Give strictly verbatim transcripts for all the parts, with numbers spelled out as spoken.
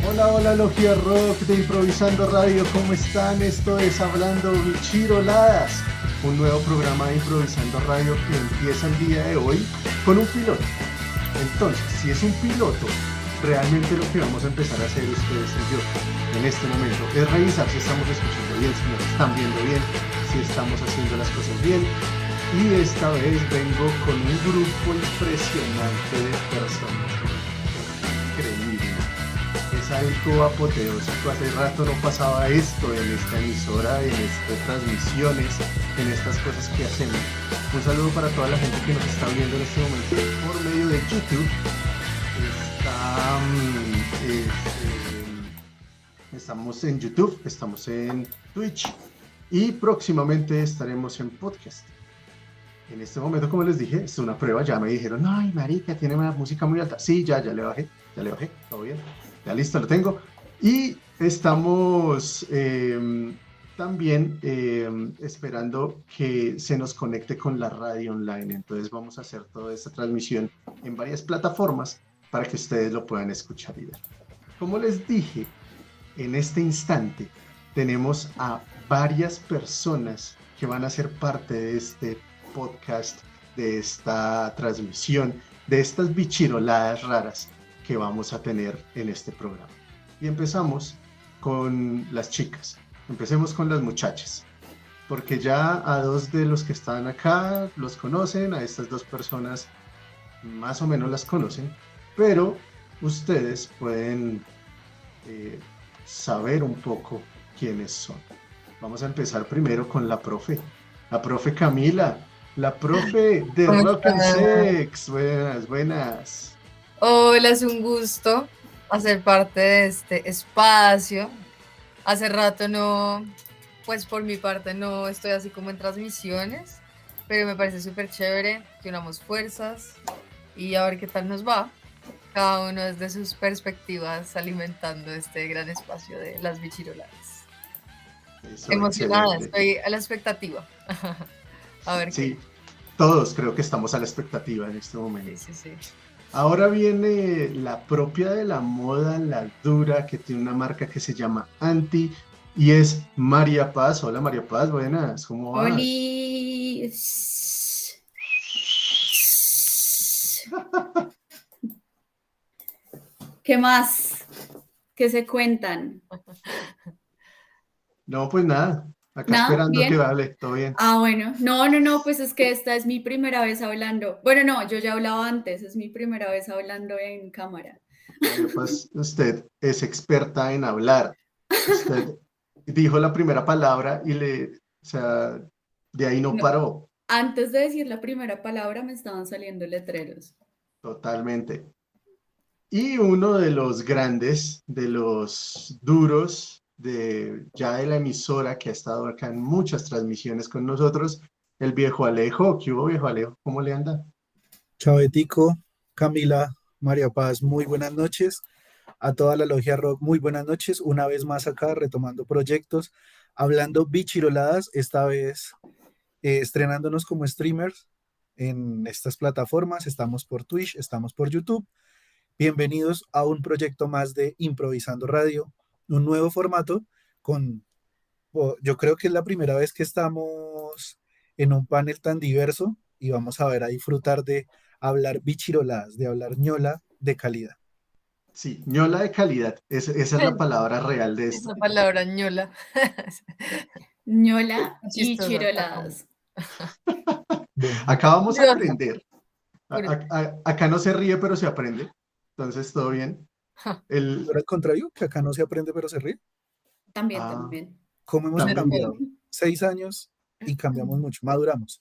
Hola, hola, Logia Rock de Improvisando Radio, ¿cómo están? Esto es Hablando Bichiroladas, un nuevo programa de Improvisando Radio que empieza el día de hoy con un piloto. Entonces, si es un piloto, realmente lo que vamos a empezar a hacer ustedes y yo en este momento es revisar si estamos escuchando bien, si nos están viendo bien, si estamos haciendo las cosas bien. Y esta vez vengo con un grupo impresionante de personas. Increíble. Es algo apoteósico. Hace rato no pasaba esto en esta emisora, en estas transmisiones, en estas cosas que hacemos. Un saludo para toda la gente que nos está viendo en este momento por medio de YouTube. Está, eh, eh, estamos en YouTube, estamos en Twitch y próximamente estaremos en podcast. En este momento, como les dije, es una prueba. Ya me dijeron, ay, marica, tiene una música muy alta. Sí, ya, ya le bajé, ya le bajé, todo bien. Ya listo, lo tengo. Y estamos eh, también eh, esperando que se nos conecte con la radio online. Entonces vamos a hacer toda esta transmisión en varias plataformas para que ustedes lo puedan escuchar y ver. Como les dije, en este instante tenemos a varias personas que van a ser parte de este podcast, de esta transmisión, de estas bichiroladas raras que vamos a tener en este programa. Y empezamos con las chicas, empecemos con las muchachas, porque ya a dos de los que están acá los conocen, a estas dos personas más o menos las conocen, pero ustedes pueden eh, saber un poco quiénes son. Vamos a empezar primero con la profe, la profe Camila, la profe de Rock and Sex. Buenas, buenas. Hola, es un gusto hacer parte de este espacio. Hace rato no, pues por mi parte no estoy así como en transmisiones, pero me parece súper chévere que unamos fuerzas y a ver qué tal nos va. Cada uno desde sus perspectivas alimentando este gran espacio de las bichiroladas. Eso, emocionada, excelente. Estoy a la expectativa. A ver sí, qué. Todos creo que estamos a la expectativa en este momento. Sí, sí, sí. Ahora viene la propia de la moda, la dura, que tiene una marca que se llama Anti, y es María Paz. Hola María Paz, buenas, ¿cómo vas? ¡Holi! ¿Qué más? ¿Qué se cuentan? No, pues nada, acá ¿Nada? esperando ¿Bien? que hable, todo bien. Ah, bueno, no, no, no, pues es que esta es mi primera vez hablando. Bueno, no, yo ya hablaba antes, es mi primera vez hablando en cámara. María Paz, usted es experta en hablar. Usted dijo la primera palabra y le, o sea, de ahí no, no paró. Antes de decir la primera palabra me estaban saliendo letreros. Totalmente. Y uno de los grandes, de los duros, de ya de la emisora que ha estado acá en muchas transmisiones con nosotros, el viejo Alejo. ¿Qué hubo, viejo Alejo? ¿Cómo le anda? Chavetico, Camila, María Paz, muy buenas noches. A toda la Logia Rock, muy buenas noches. Una vez más acá, retomando proyectos, hablando bichiroladas, esta vez eh, estrenándonos como streamers en estas plataformas. Estamos por Twitch, estamos por YouTube. Bienvenidos a un proyecto más de Improvisando Radio, un nuevo formato con, yo creo que es la primera vez que estamos en un panel tan diverso y vamos a ver a disfrutar de hablar bichiroladas, de hablar ñola de calidad. Sí, ñola de calidad, es, esa es la palabra real de esto. Esa palabra ñola. ñola y chiroladas. Acá vamos a aprender. A, a, acá no se ríe, pero se aprende. Entonces, todo bien. El... ¿Pero al contrario? ¿Que acá no se aprende, pero se ríe? También, ah, también. ¿Cómo hemos también. cambiado? Seis años y cambiamos mucho, maduramos.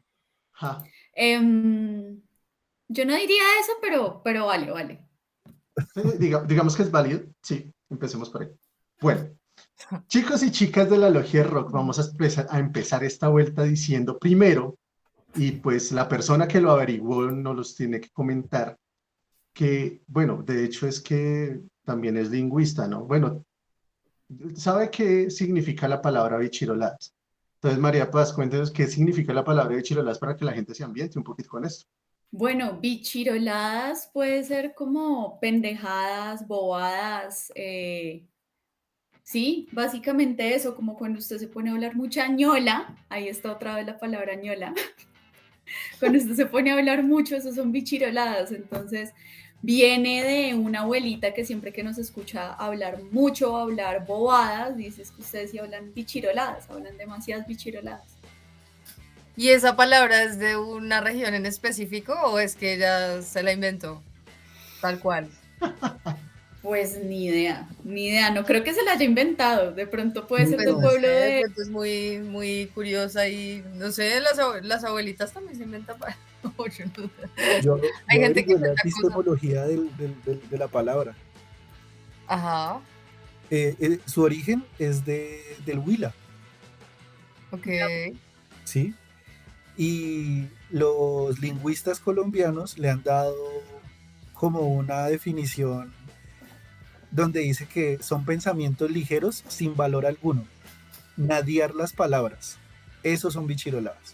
Um, yo no diría eso, pero, pero vale, vale. Diga, digamos que es válido. Sí, empecemos por ahí. Bueno, chicos y chicas de la Logia Rock, vamos a empezar, a empezar esta vuelta diciendo primero, y pues la persona que lo averiguó nos los tiene que comentar, que, bueno, de hecho es que también es lingüista, ¿no? Bueno, ¿sabe qué significa la palabra bichiroladas? Entonces, María Paz, cuéntenos qué significa la palabra bichiroladas para que la gente se ambiente un poquito con esto. Bueno, bichiroladas puede ser como pendejadas, bobadas, eh, sí, básicamente eso, como cuando usted se pone a hablar mucha ñola, ahí está otra vez la palabra ñola, cuando usted se pone a hablar mucho, eso son bichiroladas, entonces viene de una abuelita que siempre que nos escucha hablar mucho, hablar bobadas, dice que ustedes sí hablan bichiroladas, hablan demasiadas bichiroladas. ¿Y esa palabra es de una región en específico o es que ella se la inventó? Tal cual. Pues ni idea, ni idea, no creo que se la haya inventado, de pronto puede ser Pues del no pueblo sé, de de... pronto es muy, muy curiosa y no sé, las, abue- las abuelitas también se inventan para. Yo no sé. Yo, Hay yo gente que averigué la inventa cosas. epistemología del- del- del- de la palabra. Ajá, Eh, eh, su origen es de, del Huila, ok. ¿sí? Y los lingüistas colombianos le han dado como una definición donde dice que son pensamientos ligeros sin valor alguno, nadear las palabras. Esos son bichiroladas.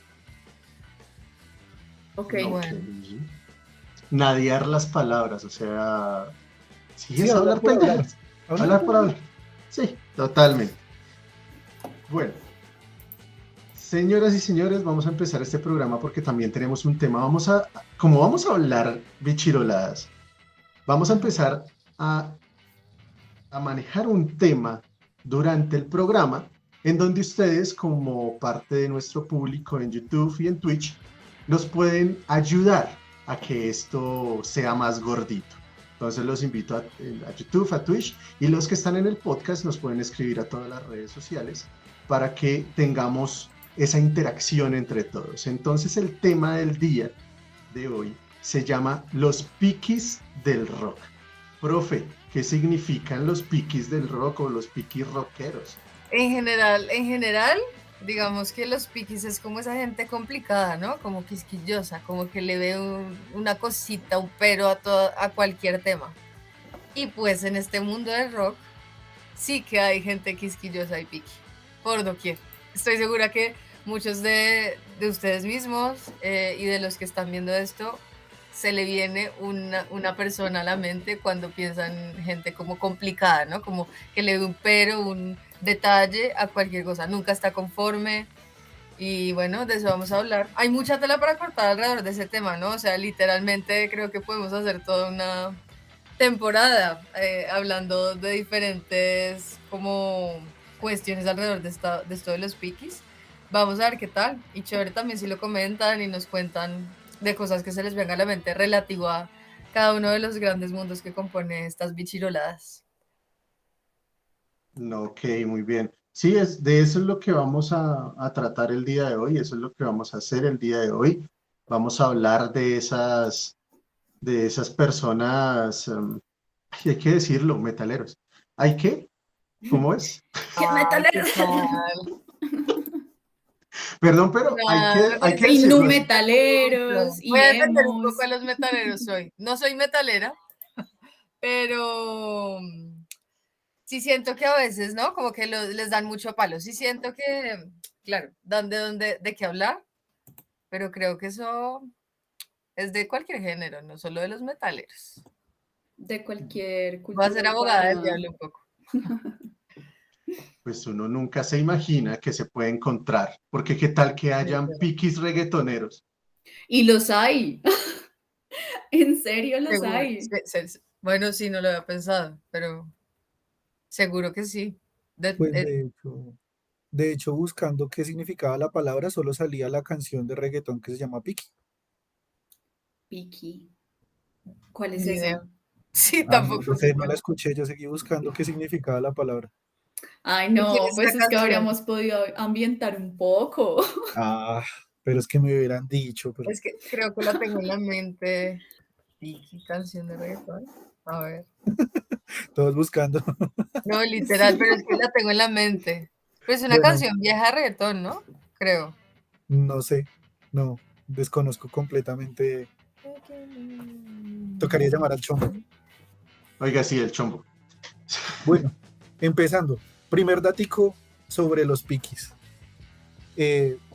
Ok, Ok. Bueno. Nadear las palabras, o sea, sí, Sí, es hablar hablar por hablar. pendejas. Hablar Hablar por por hablar. Sí, totalmente. Bueno, señoras y señores, vamos a empezar este programa porque también tenemos un tema. Vamos a, como vamos a hablar bichiroladas, vamos a empezar a, a manejar un tema durante el programa en donde ustedes, como parte de nuestro público en YouTube y en Twitch, nos pueden ayudar a que esto sea más gordito. Entonces los invito a, a YouTube, a Twitch, y los que están en el podcast nos pueden escribir a todas las redes sociales para que tengamos esa interacción entre todos. Entonces el tema del día de hoy se llama los piquis del rock. Profe, ¿qué significan los piquis del rock o los piquis rockeros? En general, en general, digamos que los piquis es como esa gente complicada, ¿no? Como quisquillosa, como que le ve un- una cosita, un pero a, todo, a cualquier tema. Y pues en este mundo del rock, sí que hay gente quisquillosa y piqui, por doquier. Estoy segura que muchos de, de ustedes mismos eh, y de los que están viendo esto, se le viene una, una persona a la mente cuando piensan gente como complicada, ¿no? Como que le ve un pero, un detalle a cualquier cosa, nunca está conforme. Y bueno, de eso vamos a hablar. Hay mucha tela para cortar alrededor de ese tema, ¿no? O sea, literalmente creo que podemos hacer toda una temporada eh, hablando de diferentes como cuestiones alrededor de, esta, de esto de los piquis. Vamos a ver qué tal. Y chévere también si lo comentan y nos cuentan de cosas que se les venga a la mente relativo a cada uno de los grandes mundos que compone estas bichiroladas. No, ok, muy bien. Sí, es, de eso es lo que vamos a, a tratar el día de hoy, eso es lo que vamos a hacer el día de hoy. Vamos a hablar de esas, de esas personas, um, ay, hay que decirlo, metaleros. ¿Hay qué? ¿Cómo es? Ay, ¿qué tal? Perdón, pero hay Nah, que, me hay que parece y nu decirlo así. metaleros, Voy y a defender un emos. poco a los metaleros hoy. No soy metalera, pero mm, sí siento que a veces, ¿no? Como que lo- les dan mucho palo. Sí siento que, claro, dan de dónde, de qué hablar, pero creo que eso es de cualquier género, no solo de los metaleros. De cualquier Voy a ser cultura abogada del urbana. diablo un poco. Pues uno nunca se imagina que se puede encontrar, porque qué tal que hayan piquis reggaetoneros. Y los hay. En serio los Seguro. hay. Se- se- Bueno, sí, no lo había pensado, pero seguro que sí. De- Pues eh, de hecho, de hecho, buscando qué significaba la palabra, solo salía la canción de reggaetón que se llama Piki. Piki. ¿Cuál es Ni idea. esa? Sí, Ah, no, tampoco yo sé sé, no cuál la es. escuché, yo seguí buscando qué significaba la palabra. Ay, ¿De quién no, es pues esa es que canción? habríamos podido ambientar un poco. Ah, pero es que me hubieran dicho, pero Es que creo que la tengo en la mente. Vicky, canción de reggaetón. A ver. todos buscando. No, literal, pero Sí. es que la tengo en la mente. Pues es una Bueno, canción vieja de reggaetón, ¿no? Creo. no sé, no, desconozco completamente. Tocaría llamar al chombo. Oiga, sí, el chombo. Bueno, empezando. Primer datico sobre los piquis. Eh,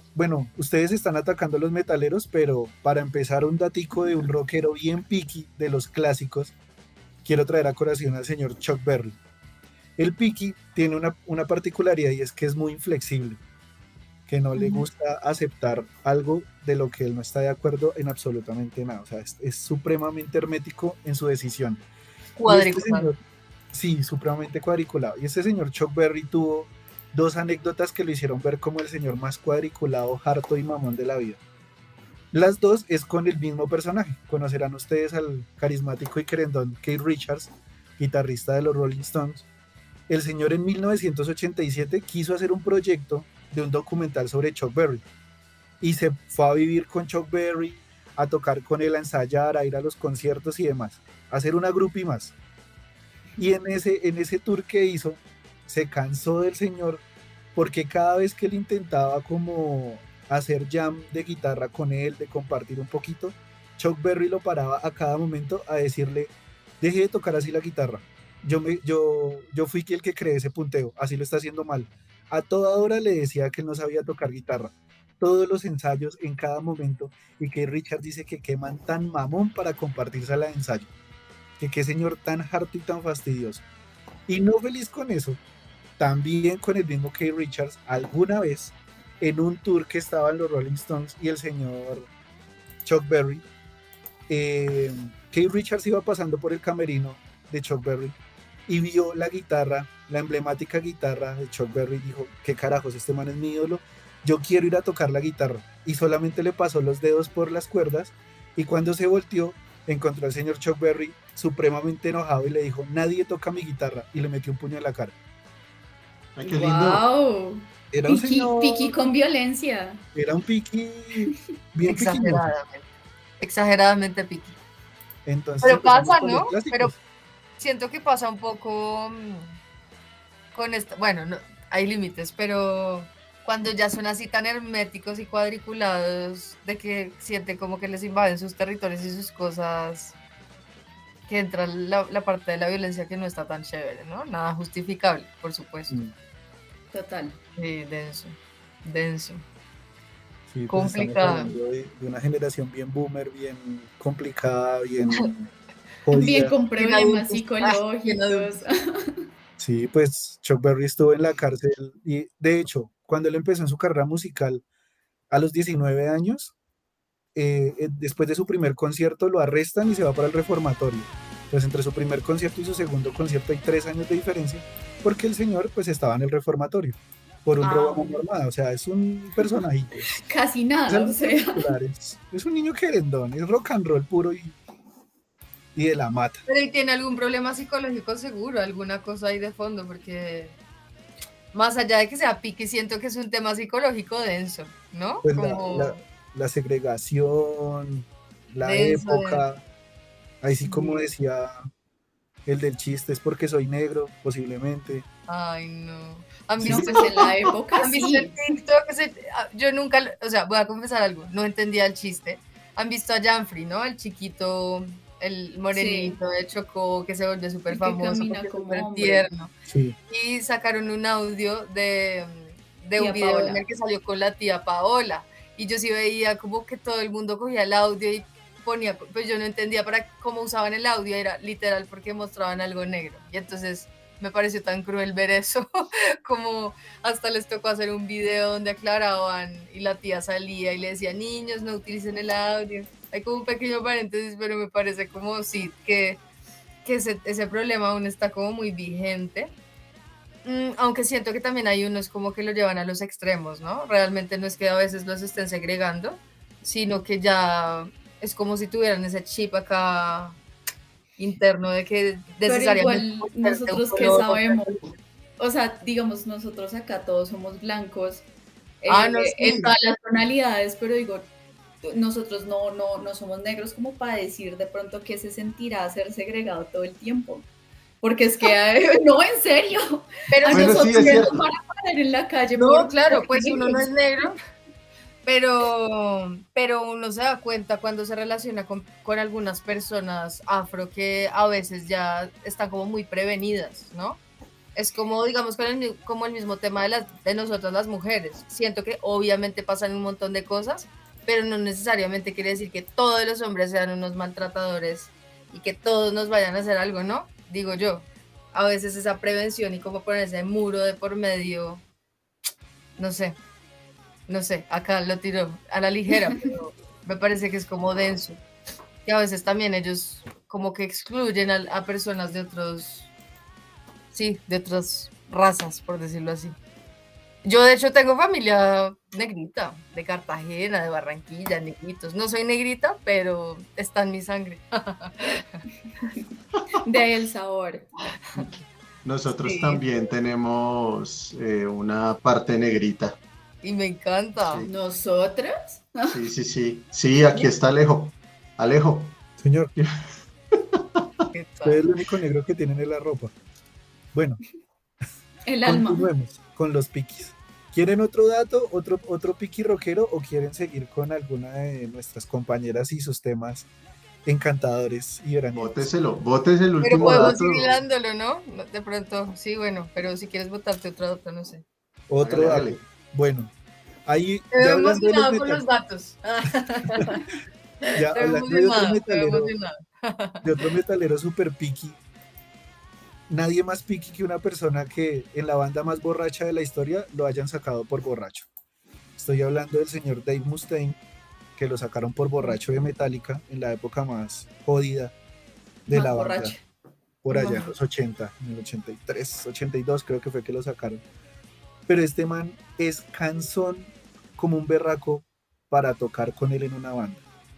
bueno, ustedes están atacando a los metaleros, pero para empezar un datico de un rockero bien picky de los clásicos, quiero traer a colación al señor Chuck Berry. El picky tiene una, una particularidad y es que es muy inflexible, que no le gusta aceptar algo de lo que él no está de acuerdo en absolutamente nada. O sea, es, es supremamente hermético en su decisión. Cuadriculado. Este señor, sí, supremamente cuadriculado. Y este señor Chuck Berry tuvo dos anécdotas que lo hicieron ver como el señor más cuadriculado, harto y mamón de la vida. Las dos es con el mismo personaje. Conocerán ustedes al carismático y querendón Keith Richards, guitarrista de los Rolling Stones. El señor en mil novecientos ochenta y siete quiso hacer un proyecto de un documental sobre Chuck Berry y se fue a vivir con Chuck Berry, a tocar con él, a ensayar, a ir a los conciertos y demás, a hacer una groupie más. Y en ese, en ese tour que hizo, se cansó del señor porque cada vez que él intentaba como hacer jam de guitarra con él, de compartir un poquito, Chuck Berry lo paraba a cada momento a decirle: deje de tocar así la guitarra, yo, me, yo, yo fui el que creé ese punteo, así lo está haciendo mal. A toda hora le decía que él no sabía tocar guitarra, todos los ensayos en cada momento, y que Richard dice que queman tan mamón para compartirse la de ensayo, que qué señor tan harto y tan fastidioso. Y no feliz con eso, también con el mismo Keith Richards, alguna vez en un tour que estaban los Rolling Stones y el señor Chuck Berry, eh, Keith Richards iba pasando por el camerino de Chuck Berry y vio la guitarra, la emblemática guitarra de Chuck Berry, y dijo: qué carajos, este man es mi ídolo, yo quiero ir a tocar la guitarra. Y solamente le pasó los dedos por las cuerdas, y cuando se volteó encontró al señor Chuck Berry supremamente enojado y le dijo: nadie toca mi guitarra, y le metió un puño en la cara. Ay, qué lindo. Wow. Era un Piqui, señor, piqui con violencia. era un piqui bien piquiñoso. Exageradamente. Exageradamente piqui. Entonces, Pero empezamos pasa, con los ¿no? clásicos. Pero siento que pasa un poco mm, con esto. Bueno, no, hay límites, pero cuando ya son así tan herméticos y cuadriculados, de que sienten como que les invaden sus territorios y sus cosas, que entra la, la parte de la violencia que no está tan chévere, ¿no? Nada justificable, por supuesto. Mm, Total. Sí, denso, denso. sí, pues Complicado. estamos hablando de, de una generación bien boomer, bien complicada, bien Bien jodida. con problemas adultos. Ah, bien psicológicos. Sí, pues Chuck Berry estuvo en la cárcel y de hecho, cuando él empezó en su carrera musical a los diecinueve años, eh, eh, después de su primer concierto lo arrestan y se va para el reformatorio. Pues entre su primer concierto y su segundo concierto hay tres años de diferencia, porque el señor pues estaba en el reformatorio por un Ah, robo a bueno. mano armada. O sea, es un personajito. Casi Es nada, algo o sea. particular, es, es un niño querendón, es rock and roll puro y, y de la mata. Pero ¿y tiene algún problema psicológico seguro? ¿Alguna cosa ahí de fondo? Porque más allá de que sea pique, siento que es un tema psicológico denso, ¿no? Pues la, Como la- la segregación, la denso. de- época, ahí sí como Sí. decía el del chiste, es porque soy negro, posiblemente. Ay, no. ¿Han Sí, No, visto, pues en la época ¿han visto sí. el TikTok? Ese- ah, Yo nunca, lo- o sea, voy a confesar algo, no entendía el chiste. ¿Han visto a Janfrey, no? El chiquito, el morenito de Chocó que se volvió súper El que famoso camina porque es como súper hombre. tierno. Sí, Y sacaron un audio de, de un Tía video Paola. en el que salió con la tía Paola. Y yo sí veía como que todo el mundo cogía el audio y ponía, pues yo no entendía para cómo usaban el audio, era literal porque mostraban algo negro. Y entonces me pareció tan cruel ver eso, como hasta les tocó hacer un video donde aclaraban y la tía salía y le decía: niños, no utilicen el audio. Hay como un pequeño paréntesis, pero me parece como sí, que, que ese, ese problema aún está como muy vigente. Mm, aunque siento que también hay unos como que lo llevan a los extremos, ¿no? Realmente no es que a veces los estén segregando, sino que ya es como si tuvieran ese chip acá interno de que Pero necesariamente igual por ser de un nosotros que color, sabemos, o sea, digamos, nosotros acá todos somos blancos, Ah, eh, no, sí. en todas las tonalidades, pero digo, nosotros no, no, no somos negros como para decir de pronto que se sentirá ser segregado todo el tiempo. Porque es que, eh, no, en serio, pero a si Bueno, sí, nosotros es nos cierto. van a poner en la calle. no, por- claro, por pues uno no negros. es negro, pero, pero uno se da cuenta cuando se relaciona con, con algunas personas afro que a veces ya están como muy prevenidas, ¿no? Es como, digamos, con el, mi- como el mismo tema de, las, de nosotras las mujeres. Siento que obviamente pasan un montón de cosas, pero no necesariamente quiere decir que todos los hombres sean unos maltratadores y que todos nos vayan a hacer algo, ¿no? Digo yo. A veces esa prevención y como poner ese muro de por medio, no sé, no sé, acá lo tiro a la ligera, pero me parece que es como denso. Y a veces también ellos como que excluyen a, a personas de otros, sí, de otras razas, por decirlo así. Yo de hecho tengo familia negrita, de Cartagena, de Barranquilla, negritos. No soy negrita, pero está en mi sangre. De ahí el sabor. Nosotros Sí, también tenemos eh, una parte negrita. y me encanta. Sí. ¿Nosotros? Sí, sí, sí. Sí, aquí está Alejo. Alejo. Señor, ¿Qué usted es tal? el único negro que tienen en la ropa. Bueno, El alma. continuemos con los piquis. ¿Quieren otro dato, otro, otro piqui rockero o quieren seguir con alguna de nuestras compañeras y sus temas encantadores y veraniegos? Bóteselo, bótese el Pero último podemos dato. ir hilándolo, ¿no? No, de pronto, sí, bueno, pero si quieres botarte otro dato, no sé. Otro Hágale, dato. hágale. Bueno, ahí Te ya veo hablando de los emocionado con metal, los datos. ya Te veo hablando de otro emocionado, te veo metalero, emocionado. de otro metalero super piqui, nadie más piqui que una persona que en la banda más borracha de la historia lo hayan sacado por borracho. Estoy hablando del señor Dave Mustaine, que lo sacaron por borracho de Metallica en la época más jodida de Más la banda, borracho. por allá en Ajá. los ochenta, en el ochenta y tres, ochenta y dos creo que fue que lo sacaron. Pero este man es cansón como un berraco para tocar con él en una banda.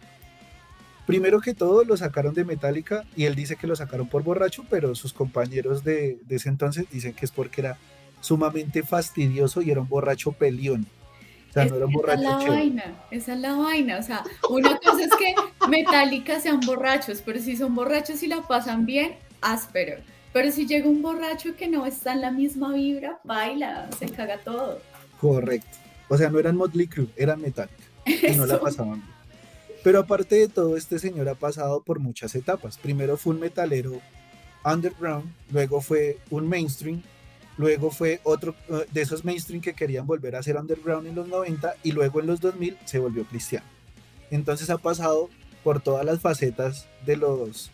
Primero que todo lo sacaron de Metallica y él dice que lo sacaron por borracho, pero sus compañeros de, de ese entonces dicen que es porque era sumamente fastidioso y era un borracho pelión. O sea, Es no era un que esa es borracho la chévere. vaina, esa es la vaina. O sea, una cosa es que Metallica sean borrachos, pero si son borrachos y la pasan bien, áspero. Pero si llega un borracho que no está en la misma vibra, baila, se caga todo. Correcto. O sea, no eran Motley Crue, eran Metallica y no la Eso. pasaban bien. Pero aparte de todo, este señor ha pasado por muchas etapas. Primero fue un metalero underground, luego fue un mainstream, luego fue otro uh, de esos mainstream que querían volver a ser underground en los noventa y luego en los dos mil se volvió cristiano. Entonces ha pasado por todas las facetas de los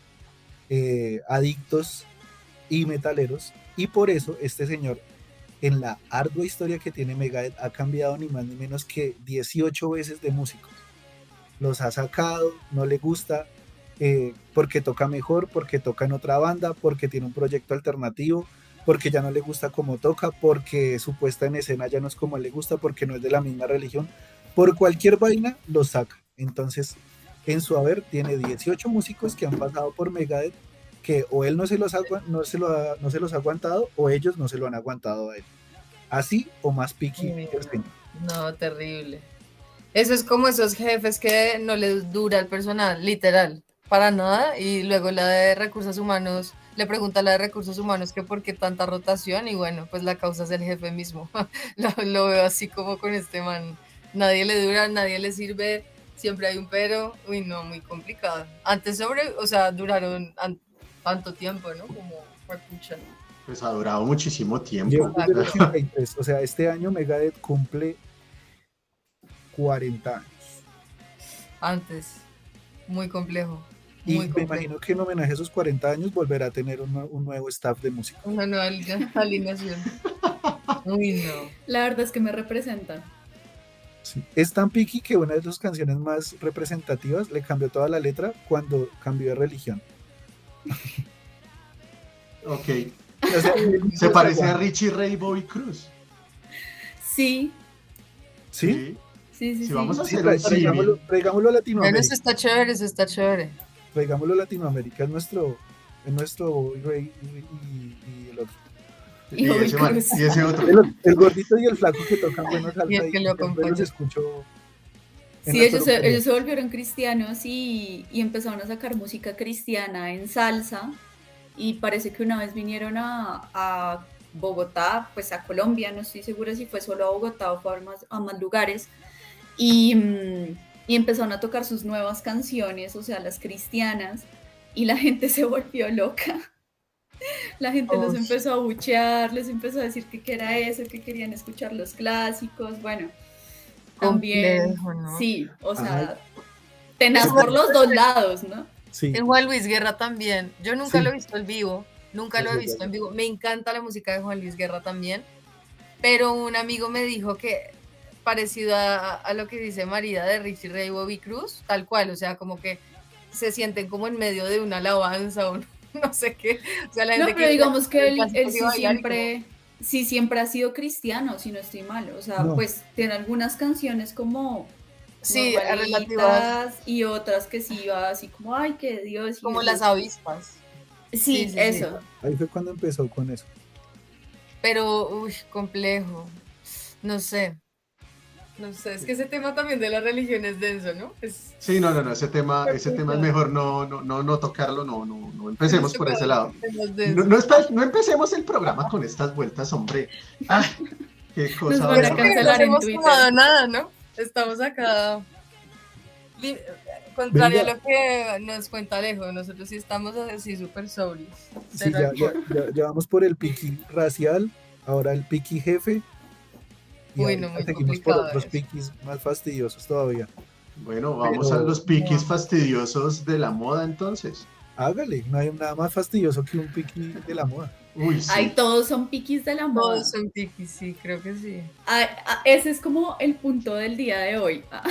eh, adictos y metaleros y por eso este señor en la ardua historia que tiene Megadeth ha cambiado ni más ni menos que dieciocho veces de músicos. Los ha sacado, no le gusta, eh, porque toca mejor, porque toca en otra banda, porque tiene un proyecto alternativo, porque ya no le gusta como toca, porque su puesta en escena ya no es como le gusta, porque no es de la misma religión. Por cualquier vaina los saca. Entonces, en su haber tiene dieciocho músicos que han pasado por Megadeth que o él no se los ha, no se lo ha, no se los ha aguantado o ellos no se lo han aguantado a él. Así o más piqui que el señor. No, terrible. Eso es como esos jefes que no les dura el personal, literal, para nada. Y luego la de recursos humanos, le pregunta a la de recursos humanos que por qué tanta rotación. Y bueno, pues la causa es el jefe mismo. lo, lo veo así como con este man. Nadie le dura, nadie le sirve, siempre hay un pero. Uy, no, muy complicado. Antes sobre, o sea, duraron an- tanto tiempo, ¿no? Como, fue pucha. Pues ha durado muchísimo tiempo. Lleva desde el ochenta y tres, o sea, este año Megadeth cumple cuarenta años. Antes, muy complejo. Y Muy me complejo. imagino que en homenaje a esos cuarenta años volverá a tener un, un nuevo staff de música. Una nueva alineación. Uy, no. La verdad es que me representan. Sí. Es tan piqui que una de sus canciones más representativas le cambió toda la letra cuando cambió de religión. Ok. O sea, Se parece a Richie Ray Bobby Cruz. Sí, ¿Sí? sí, sí, Si sí. vamos a Sí, hacer tra- un traigámoslo, símil. traigámoslo a Bueno, Latinoamérica. eso está chévere, eso está chévere. Traigámoslo a Latinoamérica. Es nuestro, es nuestro Bobby Ray y, y- y el otro. Y Y Bobby ese, man- Cruz. y ese otro. El, el gordito y el flaco que tocan buenos Y el salsa y que lo siempre acompaña. los escucho. en Sí, las ellos se, peluquerías. ellos se volvieron cristianos y, y empezaron a sacar música cristiana en salsa. Y parece que una vez vinieron a, a Bogotá, pues a Colombia, no estoy segura si fue solo a Bogotá o fue a más, a más lugares. Y, mm, y empezaron a tocar sus nuevas canciones, o sea, las cristianas, y la gente se volvió loca. La gente los Uf. empezó a buchear, les empezó a decir que qué era eso, que querían escuchar los clásicos, bueno, también, Complejo, ¿no? sí, o sea, Ay. tenaz Sí. por los dos lados, ¿no? Sí, El Juan Luis Guerra también. Yo nunca Sí. lo he visto en vivo. Nunca Es lo he verdad. visto en vivo. Me encanta la música de Juan Luis Guerra también. Pero un amigo me dijo que parecido a, a lo que dice María de Richie Ray y Bobby Cruz, tal cual, o sea, como que se sienten como en medio de una alabanza o no, no sé qué. O sea, la gente No, pero digamos que él, casi él casi sí bailar y como- siempre, sí siempre ha sido cristiano, si no estoy mal. O sea, No. pues tiene algunas canciones como Sí, relativas, normalitas y otras que sí va así como, ay, que Dios. y como eso. las avispas. Sí, sí, sí, sí. eso. Ahí fue cuando empezó con eso. Pero, uy, complejo. No sé. No sé, es que ese tema también de la religión es denso, ¿no? Es... Sí, no, no, no, ese tema, Qué ese tema es puta. mejor no, no, no, no tocarlo, no, no, no empecemos por ese lado. Temas No, densos. no, espe- no empecemos el programa con estas vueltas, hombre. Ay, qué cosa. Nos van a horrible. cancelar no en hemos Twitter. tomado nada, ¿no? Estamos acá. li- Contrario Venga. a lo que nos cuenta Alejo, nosotros sí estamos así súper sobrios. Sí, Cero ya, ya, alcohol. ya, ya vamos por el piqui racial, ahora el piqui jefe. Y Uy, no, ahorita muy seguimos por complicado otros eso. piquis más fastidiosos todavía. Bueno, vamos Pero- a los piquis fastidiosos de la moda entonces. Hágale, no hay nada más fastidioso que un piqui de la moda. Uy, sí. Ay, todos son piquis de la moda. Todos son piquis, sí, creo que sí. Ay, ah, ese es como el punto del día de hoy. Ah.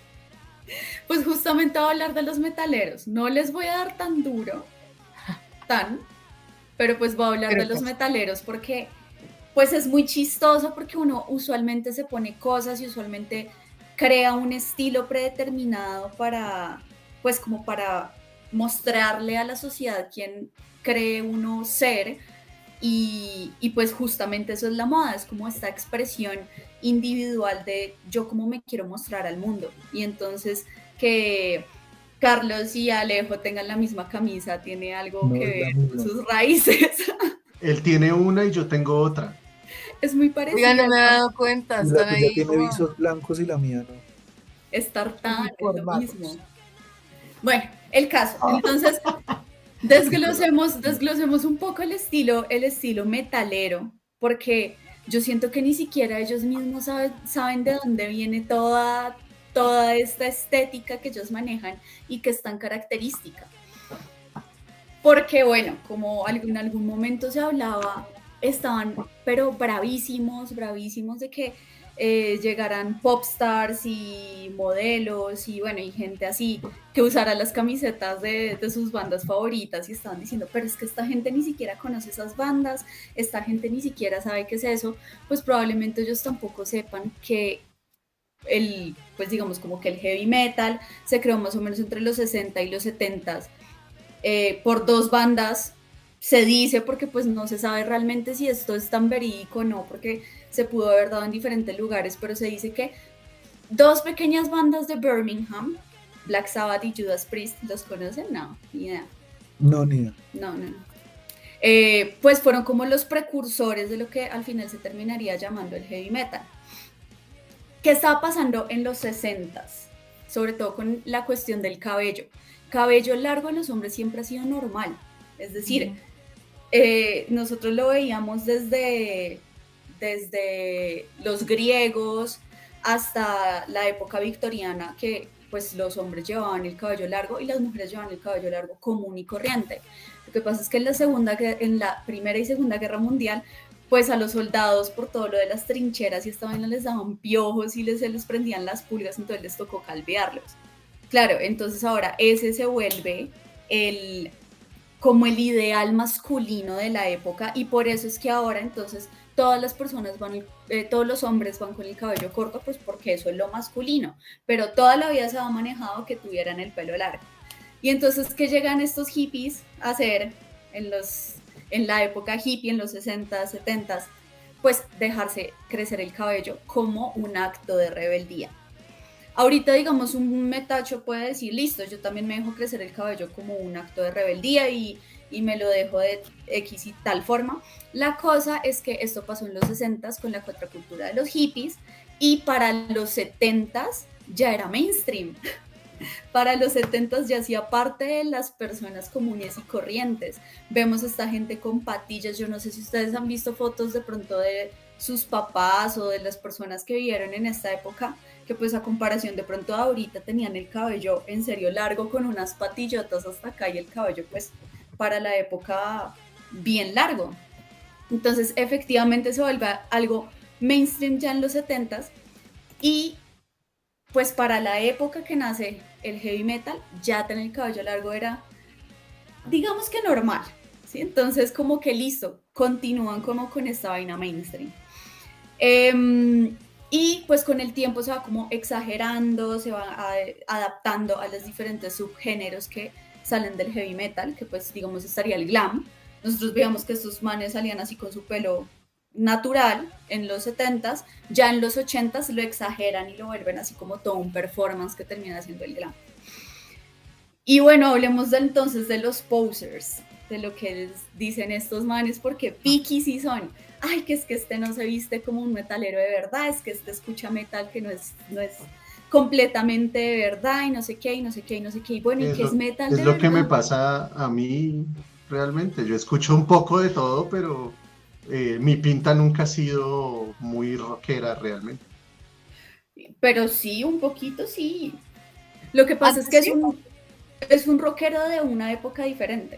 Pues justamente voy a hablar de los metaleros. No les voy a dar tan duro, tan, pero pues voy a hablar Pero de los pues- metaleros porque pues es muy chistoso porque uno usualmente se pone cosas y usualmente crea un estilo predeterminado para, pues como para mostrarle a la sociedad quién cree uno ser. Y, y pues justamente eso es la moda, es como esta expresión individual de yo cómo me quiero mostrar al mundo. Y entonces que Carlos y Alejo tengan la misma camisa tiene algo No que es la ver con misma. sus raíces. Él tiene una y yo tengo otra. Es muy parecido. Oigan, no me he ¿no? dado cuenta, Y la están tuya ahí. tiene como- visos blancos y la mía no. Es tartán, es lo Uniformados. mismo. Bueno, el caso. Entonces, desglosemos, desglosemos un poco el estilo, el estilo metalero, porque yo siento que ni siquiera ellos mismos saben, saben de dónde viene toda, toda esta estética que ellos manejan y que es tan característica. Porque, bueno, como en algún momento se hablaba, estaban, pero bravísimos, bravísimos de que eh, llegaran popstars y modelos y bueno, y gente así que usara las camisetas de, de sus bandas favoritas y estaban diciendo, pero es que esta gente ni siquiera conoce esas bandas, esta gente ni siquiera sabe qué es eso, pues probablemente ellos tampoco sepan que el, pues digamos como que el heavy metal se creó más o menos entre los sesenta y los setenta eh, por dos bandas. Se dice porque pues no se sabe realmente si esto es tan verídico o no, porque se pudo haber dado en diferentes lugares, pero se dice que dos pequeñas bandas de Birmingham, Black Sabbath y Judas Priest, ¿los conocen? No, ni idea. No, ni idea. No, no, no. Eh, pues fueron como los precursores de lo que al final se terminaría llamando el heavy metal. ¿Qué estaba pasando en los sesentas? Sobre todo con la cuestión del cabello. Cabello largo en los hombres siempre ha sido normal. Es decir, uh-huh. eh, nosotros lo veíamos desde, desde los griegos hasta la época victoriana, que pues los hombres llevaban el cabello largo y las mujeres llevaban el cabello largo común y corriente. Lo que pasa es que en la, segunda, en la Primera y Segunda Guerra Mundial, pues a los soldados por todo lo de las trincheras y esta vaina les daban piojos y les, se les prendían las pulgas, entonces les tocó calvearlos. Claro, entonces ahora ese se vuelve el, como el ideal masculino de la época y por eso es que ahora entonces todas las personas van, eh, todos los hombres van con el cabello corto, pues porque eso es lo masculino, pero toda la vida se ha manejado que tuvieran el pelo largo. Y entonces, ¿qué llegan estos hippies a hacer en, los, en la época hippie, en los sesenta, setenta? Pues dejarse crecer el cabello como un acto de rebeldía. Ahorita, digamos, un metacho puede decir, listo, yo también me dejo crecer el cabello como un acto de rebeldía y, y me lo dejo de X y tal forma. La cosa es que esto pasó en los sesentas con la contracultura de los hippies y para los setentas ya era mainstream. para los setentas ya hacía parte de las personas comunes y corrientes. Vemos a esta gente con patillas, yo no sé si ustedes han visto fotos de pronto de sus papás o de las personas que vivieron en esta época, que pues a comparación de pronto de ahorita tenían el cabello en serio largo con unas patillotas hasta acá y el cabello pues para la época bien largo. Entonces efectivamente se vuelve algo mainstream ya en los setentas y pues para la época que nace el heavy metal, ya tener el cabello largo era, digamos que normal, ¿sí? Entonces como que listo, continúan como con esta vaina mainstream. Eh, y pues con el tiempo se va como exagerando, se va a, adaptando a los diferentes subgéneros que salen del heavy metal, que pues digamos estaría el glam. Nosotros veíamos que estos manes salían así con su pelo natural en los setentas, ya en los ochentas lo exageran y lo vuelven así como todo un performance que termina haciendo el glam. Y bueno, hablemos de, entonces de los posers, de lo que les dicen estos manes, porque picky sí son. Ay, que es que este no se viste como un metalero de verdad, es que este escucha metal que no es, no es completamente de verdad y no sé qué, y no sé qué, y no sé qué. Y bueno, ¿y qué es metal de verdad? Es lo que me pasa a mí realmente. Yo escucho un poco de todo, pero eh, mi pinta nunca ha sido muy rockera realmente. Pero sí, un poquito sí. Lo que pasa es que es un, es un rockero de una época diferente.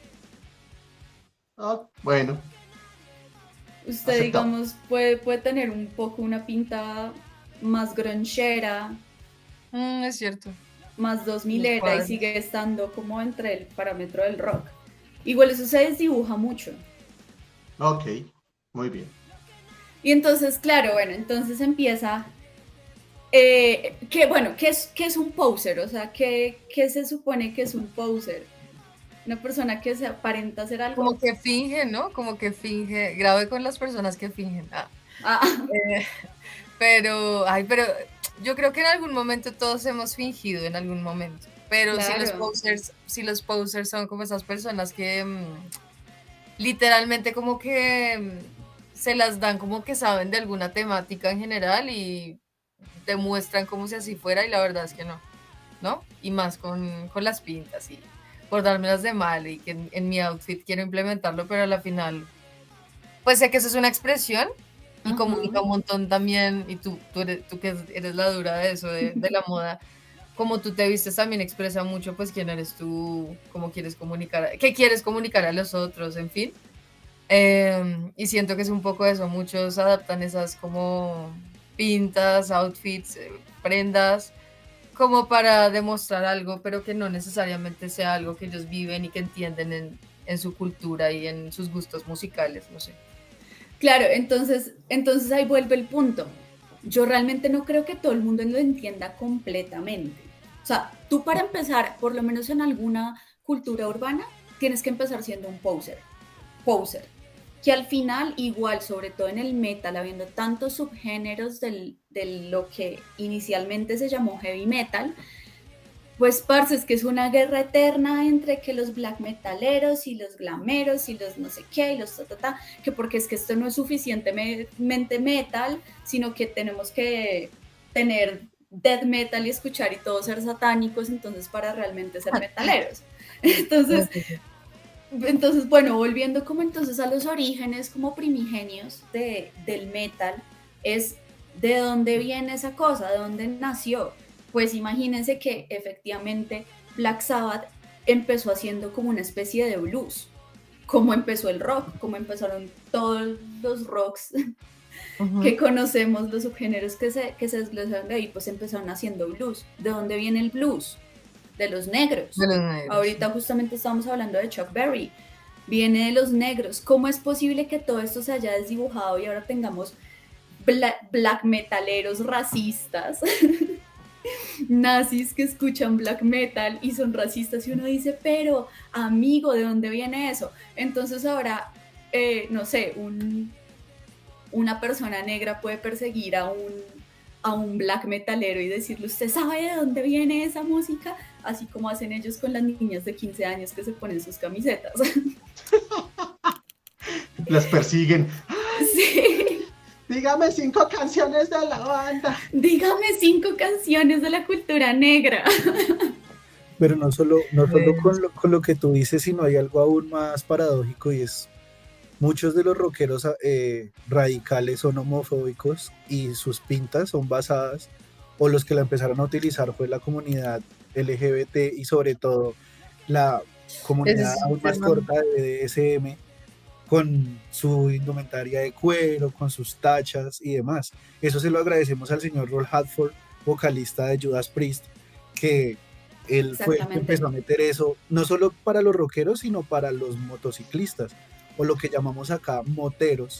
Ah, bueno. Usted, aceptado. digamos, puede, puede tener un poco una pinta más grunchera. Mm, es cierto. Más dos milera y sigue estando como entre el parámetro del rock. Igual eso se desdibuja mucho. Ok, muy bien. Y entonces, claro, bueno, entonces empieza... Eh, que, bueno, ¿qué es, qué es un poser? O sea, ¿qué, ¿qué se supone que es un poser? Una persona que se aparenta hacer algo. Como que finge, ¿no? Como que finge. Grave con las personas que fingen. Ah. Ah. Eh, pero, ay, pero yo creo que en algún momento todos hemos fingido en algún momento. Pero claro. si los posers, si los posers son como esas personas que mmm, literalmente como que mmm, se las dan como que saben de alguna temática en general y demuestran como si así fuera y la verdad es que no, ¿no? Y más con, con las pintas y por dármelas de mal y que en, en mi outfit quiero implementarlo, pero a la final, pues sé que eso es una expresión y uh-huh. comunica un montón también, y tú, tú, eres, tú que eres la dura de eso, de, de la moda, como tú te vistes también expresa mucho pues quién eres tú, cómo quieres comunicar, qué quieres comunicar a los otros, en fin. Eh, y siento que es un poco eso, muchos adaptan esas como pintas, outfits, eh, prendas, como para demostrar algo, pero que no necesariamente sea algo que ellos viven y que entienden en, en su cultura y en sus gustos musicales, no sé. Claro, entonces, entonces ahí vuelve el punto. Yo realmente no creo que todo el mundo lo entienda completamente. O sea, tú para empezar, por lo menos en alguna cultura urbana, tienes que empezar siendo un poser. Poser. Que al final, igual, sobre todo en el metal, habiendo tantos subgéneros del, de lo que inicialmente se llamó heavy metal, pues, parce, es que es una guerra eterna entre que los black metaleros y los glameros y los no sé qué y los ta, ta, ta, que porque es que esto no es suficientemente metal, sino que tenemos que tener death metal y escuchar y todo ser satánicos, entonces para realmente ser metaleros. Entonces... Entonces, bueno, volviendo como entonces a los orígenes como primigenios de, del metal, es de dónde viene esa cosa, de dónde nació. Pues imagínense que efectivamente Black Sabbath empezó haciendo como una especie de blues, como empezó el rock, como empezaron todos los rocks uh-huh. que conocemos, los subgéneros que se, que se desglosaron de ahí, pues empezaron haciendo blues. ¿De dónde viene el blues? De los negros. De los negros. Ahorita justamente estábamos hablando de Chuck Berry. Viene de los negros. ¿Cómo es posible que todo esto se haya desdibujado y ahora tengamos bla- black metaleros racistas, nazis que escuchan black metal y son racistas? Y uno dice, pero amigo, ¿de dónde viene eso? Entonces ahora, eh, no sé, un, una persona negra puede perseguir a un a un black metalero y decirle, ¿usted sabe de dónde viene esa música? Así como hacen ellos con las niñas de quince años que se ponen sus camisetas. Las persiguen. Sí. Dígame cinco canciones de la banda. Dígame cinco canciones de la cultura negra. Pero no solo, no solo con, lo, con lo que tú dices, sino hay algo aún más paradójico y es muchos de los rockeros eh, radicales son homofóbicos y sus pintas son basadas, o los que la empezaron a utilizar fue la comunidad L G B T y sobre todo la comunidad Ese es aún un más tema. corta de B D S M, con su indumentaria de cuero, con sus tachas y demás. Eso se lo agradecemos al señor Roll Halford, vocalista de Judas Priest, que él fue el que empezó a meter eso, no solo para los rockeros, sino para los motociclistas, o lo que llamamos acá moteros,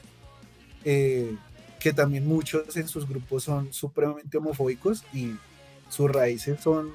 eh, que también muchos en sus grupos son supremamente homofóbicos y sus raíces son...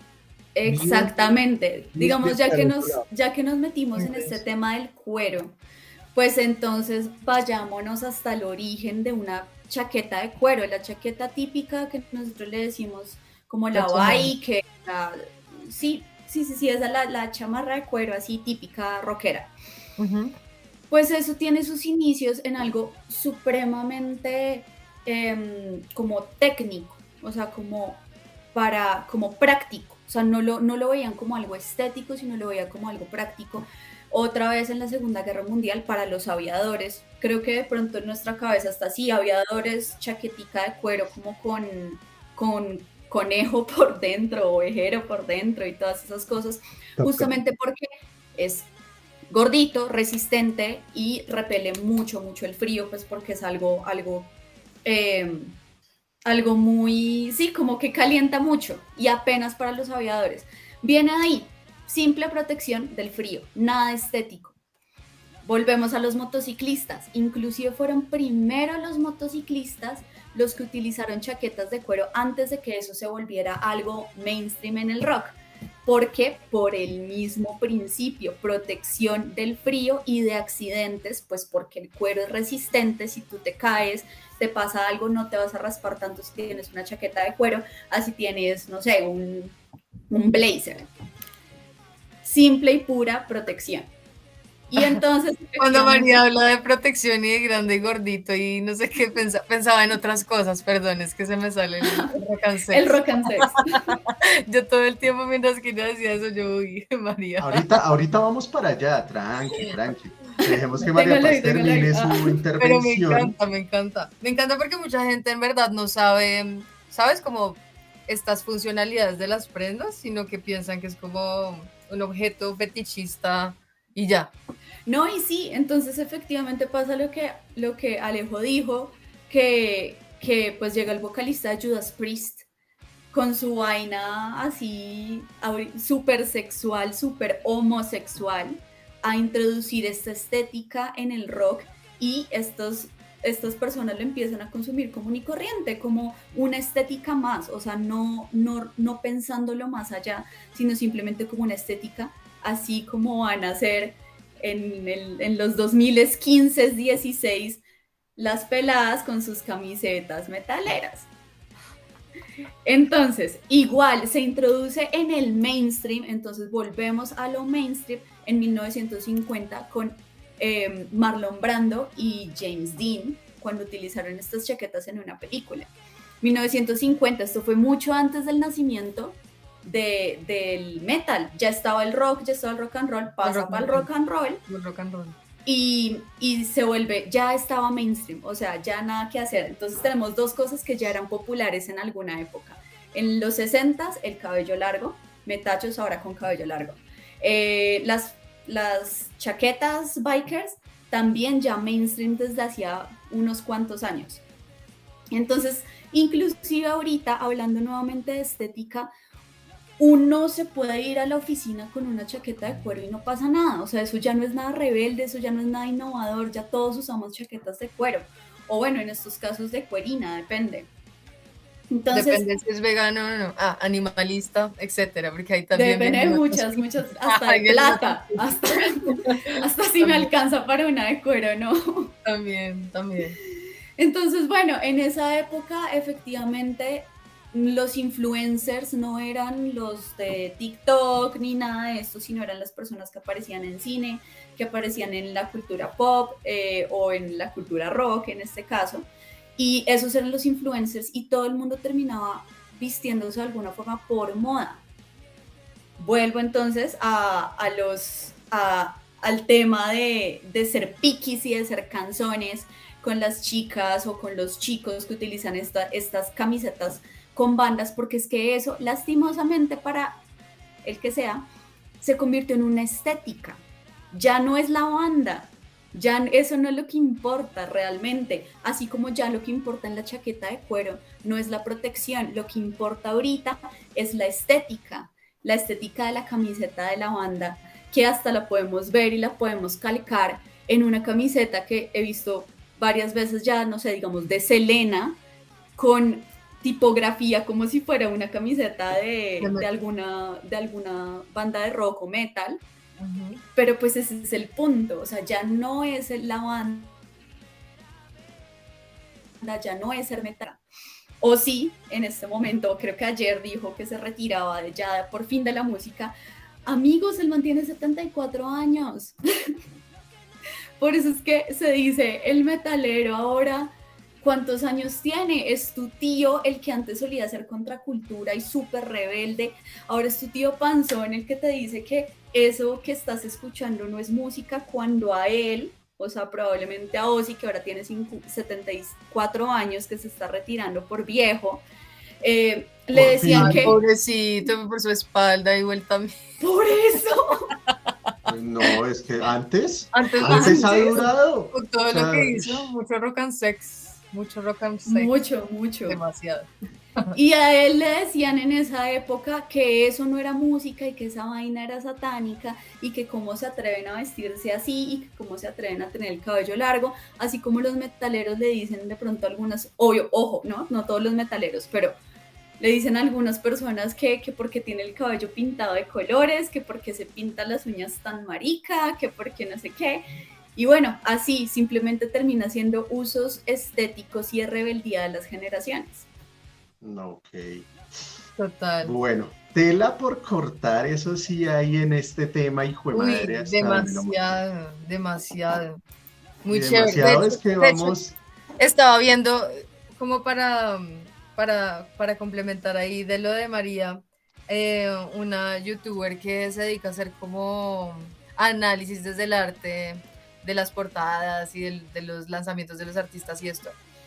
Exactamente. bien, Digamos, bien ya que, al nos, otro lado. ya que nos metimos en este tema del cuero, pues entonces vayámonos hasta el origen de una chaqueta de cuero, la chaqueta típica que nosotros le decimos como la bike, la, sí, sí, sí, sí, esa es la, la chamarra de cuero así típica rockera. Ujú. Pues eso tiene sus inicios en algo supremamente eh, como técnico, o sea, como para, como práctico, o sea, no lo, no lo veían como algo estético, sino lo veían como algo práctico. Otra vez en la Segunda Guerra Mundial para los aviadores, creo que de pronto en nuestra cabeza está así, aviadores, chaquetica de cuero como con, con conejo por dentro, ovejero por dentro y todas esas cosas, justamente porque es gordito, resistente y repele mucho, mucho el frío, pues porque es algo, algo, eh, algo muy, sí, como que calienta mucho y apenas para los aviadores. Viene ahí, simple protección del frío, nada estético. Volvemos a los motociclistas, inclusive fueron primero los motociclistas los que utilizaron chaquetas de cuero antes de que eso se volviera algo mainstream en el rock. Porque por el mismo principio, protección del frío y de accidentes, pues porque el cuero es resistente, si tú te caes, te pasa algo, no te vas a raspar tanto si tienes una chaqueta de cuero, así tienes, no sé, un, un blazer. Simple y pura protección. Y entonces... Cuando María habla de protección y de grande y gordito y no sé qué, pensa, pensaba en otras cosas, perdón, es que se me sale el, el rock and sex. El rock and sex. Yo todo el tiempo mientras que ella decía eso, yo, uy, María. Ahorita, ahorita vamos para allá, tranqui, tranqui. Dejemos que María Paz termine su intervención. Pero me encanta, me encanta. Me encanta porque mucha gente en verdad no sabe, ¿sabes? Como estas funcionalidades de las prendas, sino que piensan que es como un objeto fetichista y ya. No, y sí, entonces efectivamente pasa lo que, lo que Alejo dijo, que, que pues llega el vocalista Judas Priest con su vaina así súper sexual, súper homosexual, a introducir esta estética en el rock y estos, estas personas lo empiezan a consumir común y corriente, como una estética más, o sea, no, no, no pensándolo más allá, sino simplemente como una estética, así como van a ser en, el, en los dos mil quince, dieciséis, las peladas con sus camisetas metaleras. Entonces, igual se introduce en el mainstream, entonces volvemos a lo mainstream en mil novecientos cincuenta con eh, Marlon Brando y James Dean, cuando utilizaron estas chaquetas en una película. mil novecientos cincuenta, esto fue mucho antes del nacimiento de, del metal, ya estaba el rock, ya estaba el rock and roll, pasa para el rock and roll, el rock and roll. Y, y se vuelve, ya estaba mainstream, o sea, ya nada que hacer. Entonces tenemos dos cosas que ya eran populares en alguna época. En los sesentas, el cabello largo, metachos ahora con cabello largo. Eh, las, las chaquetas bikers también ya mainstream desde hacía unos cuantos años. Entonces, inclusive ahorita, hablando nuevamente de estética, uno se puede ir a la oficina con una chaqueta de cuero y no pasa nada, o sea, eso ya no es nada rebelde, eso ya no es nada innovador, ya todos usamos chaquetas de cuero, o bueno, en estos casos de cuerina, depende. Entonces, depende si es vegano o no, ah, animalista, etcétera, porque ahí también... Depende de muchas, muchas, hasta de plata, hasta, hasta si me alcanza para una de cuero, ¿no? También, también. Entonces, bueno, en esa época, efectivamente, los influencers no eran los de TikTok ni nada de esto, sino eran las personas que aparecían en cine, que aparecían en la cultura pop eh, o en la cultura rock en este caso. Y esos eran los influencers y todo el mundo terminaba vistiéndose de alguna forma por moda. Vuelvo entonces a, a los, a, al tema de, de ser piquis y de ser canzones con las chicas o con los chicos que utilizan esta, estas camisetas con bandas, porque es que eso, lastimosamente para el que sea, se convirtió en una estética. Ya no es la banda, ya eso no es lo que importa realmente, así como ya lo que importa en la chaqueta de cuero no es la protección, lo que importa ahorita es la estética, la estética de la camiseta de la banda, que hasta la podemos ver y la podemos calcar en una camiseta que he visto varias veces ya, no sé, digamos, de Selena, con tipografía como si fuera una camiseta de, de, alguna, de alguna banda de rock o metal. Uh-huh. Pero pues ese es el punto, o sea, ya no es la banda, ya no es ser metal. O sí, en este momento, creo que ayer dijo que se retiraba de ya por fin de la música. Amigos, él mantiene setenta y cuatro años. Por eso es que se dice, el metalero ahora, ¿cuántos años tiene? Es tu tío, el que antes solía ser contracultura y súper rebelde. Ahora es tu tío panzón, el que te dice que eso que estás escuchando no es música, cuando a él, o sea, probablemente a Ozzy, que ahora tiene setenta y cuatro años, que se está retirando por viejo, eh, le decían Ay, que... pobrecito, por su espalda y vuelta. ¡Por eso! No, es que antes, antes, antes ha durado. Con todo o sea, lo que hizo, mucho rock and sex, mucho rock and sex. Mucho, mucho. Demasiado. Y a él le decían en esa época que eso no era música y que esa vaina era satánica y que cómo se atreven a vestirse así y que cómo se atreven a tener el cabello largo, así como los metaleros le dicen de pronto algunas, obvio, ojo, ¿no? No todos los metaleros, pero le dicen a algunas personas que, que porque tiene el cabello pintado de colores, que porque se pinta las uñas tan marica, que porque no sé qué. Y bueno, así simplemente termina siendo usos estéticos y de rebeldía de las generaciones. Ok. Total. Bueno, tela por cortar, eso sí hay en este tema, hijo de madre. Uy, demasiado, demasiado. Muy demasiado chévere. De es hecho, que vamos... hecho, estaba viendo, como para, para, para complementar ahí de lo de María, eh, una youtuber que se dedica a hacer como análisis desde el arte, de las portadas y de, de los lanzamientos de los artistas y esto.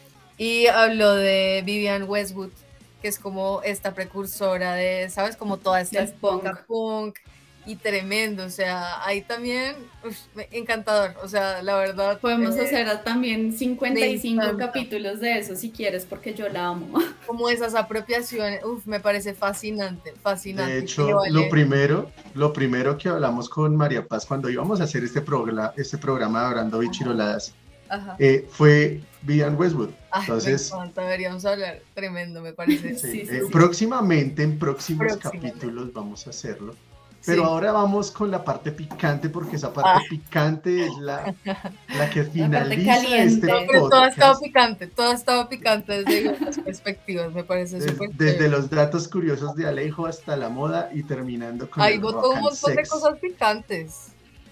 Y habló de Vivienne Westwood, que es como esta precursora de, ¿sabes? Como toda esta estética punk. punk y tremendo, o sea, ahí también, uf, encantador, o sea, la verdad. Podemos eh, hacer también cincuenta y cinco capítulos de eso si quieres, porque yo la amo. Como esas apropiaciones, uf, me parece fascinante, fascinante. De hecho, vale. lo primero, lo primero que hablamos con María Paz cuando íbamos a hacer este, programa, este programa de Hablando Bichiroladas, eh, fue Vivienne Westwood. Entonces, Ay, me encanta, deberíamos hablar, tremendo, me parece. Sí, sí, eh, sí, sí. Próximamente, en próximos próximamente. capítulos vamos a hacerlo. Pero sí. Ahora vamos con la parte picante, porque esa parte ah. picante es la, la que finaliza este no, pero todo ha estado picante, todo ha estado picante desde las perspectivas, me parece Des, súper Desde chévere. Los datos curiosos de Alejo hasta la moda y terminando con Ahí el botó rock un montón and de sex. cosas picantes.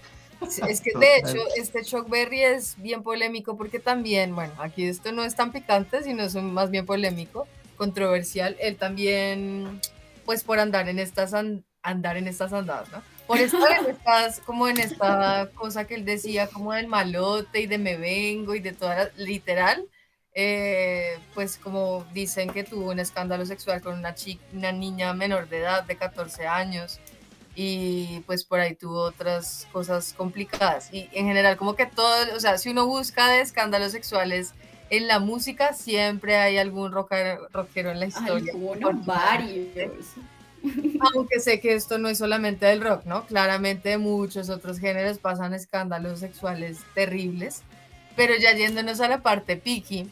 Es que de hecho este Chuckberry es bien polémico porque también, bueno, aquí esto no es tan picante, sino es más bien polémico, controversial. Él también, pues por andar en estas and, andar en estas andadas, ¿no? Por estar en estas, como en esta cosa que él decía, como del malote y de me vengo y de toda, literal, eh, pues como dicen que tuvo un escándalo sexual con una chica, una niña menor de edad de catorce años. Y pues por ahí tuvo otras cosas complicadas y en general como que todo, o sea, si uno busca de escándalos sexuales en la música siempre hay algún rockero, rockero en la historia. Algunos, varios. Aunque sé que esto no es solamente del rock, ¿no? Claramente de muchos otros géneros pasan escándalos sexuales terribles, pero ya yéndonos a la parte picky,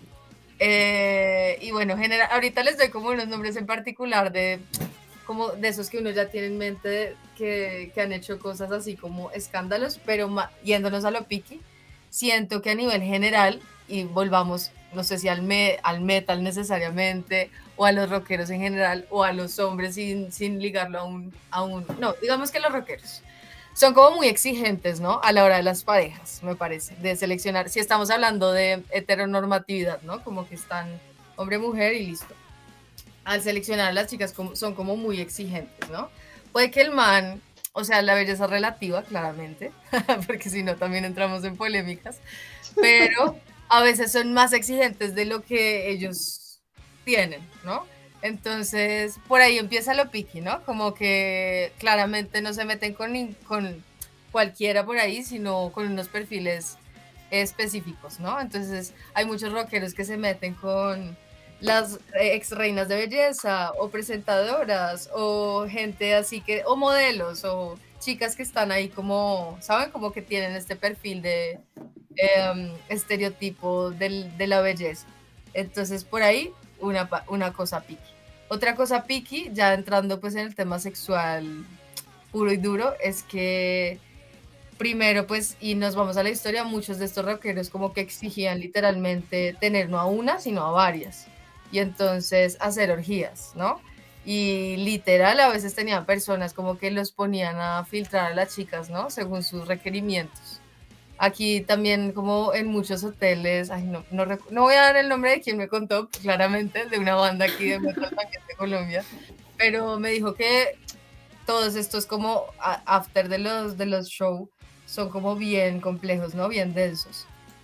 eh, y bueno, general, ahorita les doy como unos nombres en particular de... como de esos que uno ya tiene en mente que, que han hecho cosas así como escándalos, pero ma, yéndonos a lo piqui, siento que a nivel general, y volvamos, no sé si al, me, al metal necesariamente, o a los rockeros en general, o a los hombres sin, sin ligarlo a un, a un... No, digamos que los rockeros. son como muy exigentes, ¿no? A la hora de las parejas, me parece, de seleccionar, si estamos hablando de heteronormatividad, ¿no? Como que están hombre-mujer y listo. Al seleccionar a las chicas como, son como muy exigentes, ¿no? Puede que el man, o sea, la belleza relativa, claramente, porque si no también entramos en polémicas, pero a veces son más exigentes de lo que ellos tienen, ¿no? Entonces, por ahí empieza lo piqui, ¿no? Como que claramente no se meten con, con cualquiera por ahí, sino con unos perfiles específicos, ¿no? Entonces, hay muchos rockeros que se meten con las ex reinas de belleza o presentadoras o gente así que, o modelos o chicas que están ahí como, ¿saben? Como que tienen este perfil de eh, estereotipo del, de la belleza. Entonces, por ahí, una, una cosa piqui. Otra cosa piqui, ya entrando pues en el tema sexual puro y duro, es que primero pues, y nos vamos a la historia, muchos de estos rockeros como que exigían literalmente tener no a una, sino a varias. Y entonces hacer orgías, ¿no? Y literal a veces tenían personas como que los ponían a filtrar a las chicas, ¿no? Según sus requerimientos. Aquí también como en muchos hoteles, ay no, no, no voy a dar el nombre de quien me contó, claramente, de una banda aquí de Metal Paquete de Colombia, pero me dijo que todos estos como after de los, de los shows son como bien complejos, ¿no? Bien densos.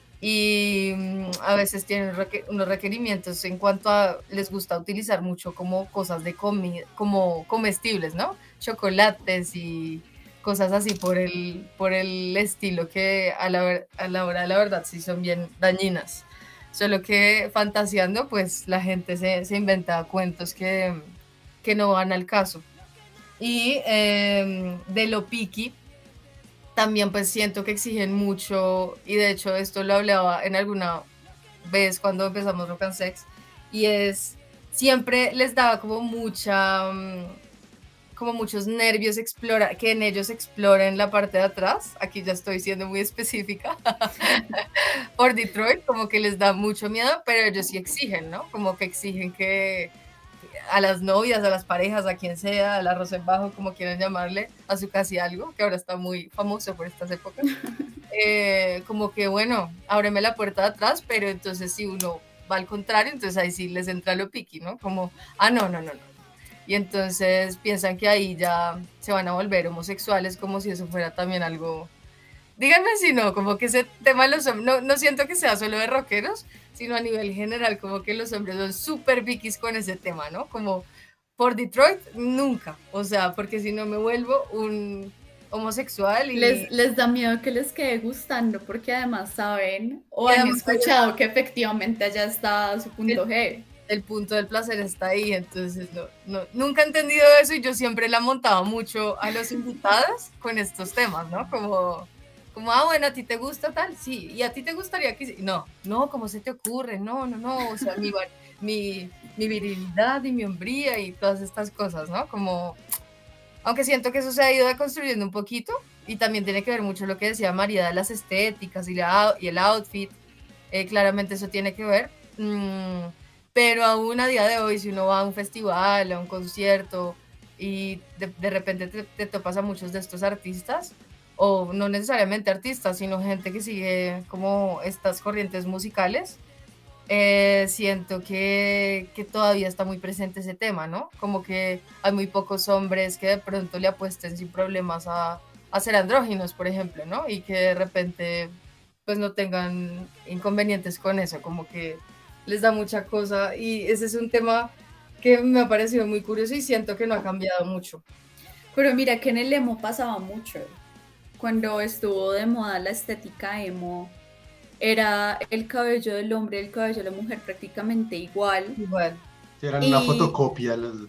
Y um, a veces tienen requer unos requerimientos en cuanto a, les gusta utilizar mucho como cosas de comida, como comestibles, ¿no? Chocolates y cosas así por el, por el estilo que a la, a la hora de la verdad sí son bien dañinas. Solo que fantaseando, pues la gente se, se inventa cuentos que, que no van al caso. Y eh, de lo piqui, también pues siento que exigen mucho, y de hecho esto lo hablaba en alguna vez cuando empezamos Rock and Sex, y es, siempre les daba como mucha, como muchos nervios explorar, que en ellos exploren la parte de atrás, aquí ya estoy siendo muy específica, por Detroit, como que les da mucho miedo, pero ellos sí exigen, ¿no? Como que exigen que a las novias, a las parejas, a quien sea, al arroz en bajo, como quieran llamarle, a su casi algo, que ahora está muy famoso por estas épocas, eh, como que bueno, ábreme la puerta de atrás, pero entonces si uno va al contrario, entonces ahí sí les entra lo piqui, ¿no? Como, ah, no, no, no, no. Y entonces piensan que ahí ya se van a volver homosexuales, como si eso fuera también algo... Díganme si no, como que ese tema de los hombres, no, no siento que sea solo de rockeros, sino a nivel general, como que los hombres son súper piquis con ese tema, ¿no? Como por Detroit, nunca, o sea, porque si no me vuelvo un homosexual y... Les, les da miedo que les quede gustando, porque además saben o han escuchado que efectivamente allá está su punto G. El punto del placer está ahí, entonces no, no, nunca he entendido eso y yo siempre la montaba mucho a los invitados con estos temas, ¿no? Como... Como, ah, bueno, ¿a ti te gusta tal? Sí, ¿y a ti te gustaría que...? No, no, ¿cómo se te ocurre? No, no, no, o sea, mi, mi, mi virilidad y mi hombría y todas estas cosas, ¿no? Como, aunque siento que eso se ha ido deconstruyendo un poquito y también tiene que ver mucho lo que decía María de las estéticas y, la, y el outfit, eh, claramente eso tiene que ver, mm, pero aún a día de hoy, si uno va a un festival, a un concierto y de, de repente te, te topas a muchos de estos artistas, o no necesariamente artistas, sino gente que sigue como estas corrientes musicales, eh, siento que, que todavía está muy presente ese tema, ¿no? Como que hay muy pocos hombres que de pronto le apuesten sin problemas a, a ser andróginos, por ejemplo, ¿no? Y que de repente pues no tengan inconvenientes con eso, como que les da mucha cosa y ese es un tema que me ha parecido muy curioso y siento que no ha cambiado mucho. Pero mira que en el emo pasaba mucho. Cuando estuvo de moda la estética emo, era el cabello del hombre y el cabello de la mujer prácticamente igual. Igual. Eran y... una fotocopia. Los...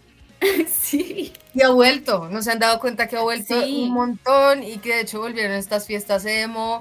Sí. Y ha vuelto, ¿no se han dado cuenta que ha vuelto sí. un montón y que de hecho volvieron estas fiestas emo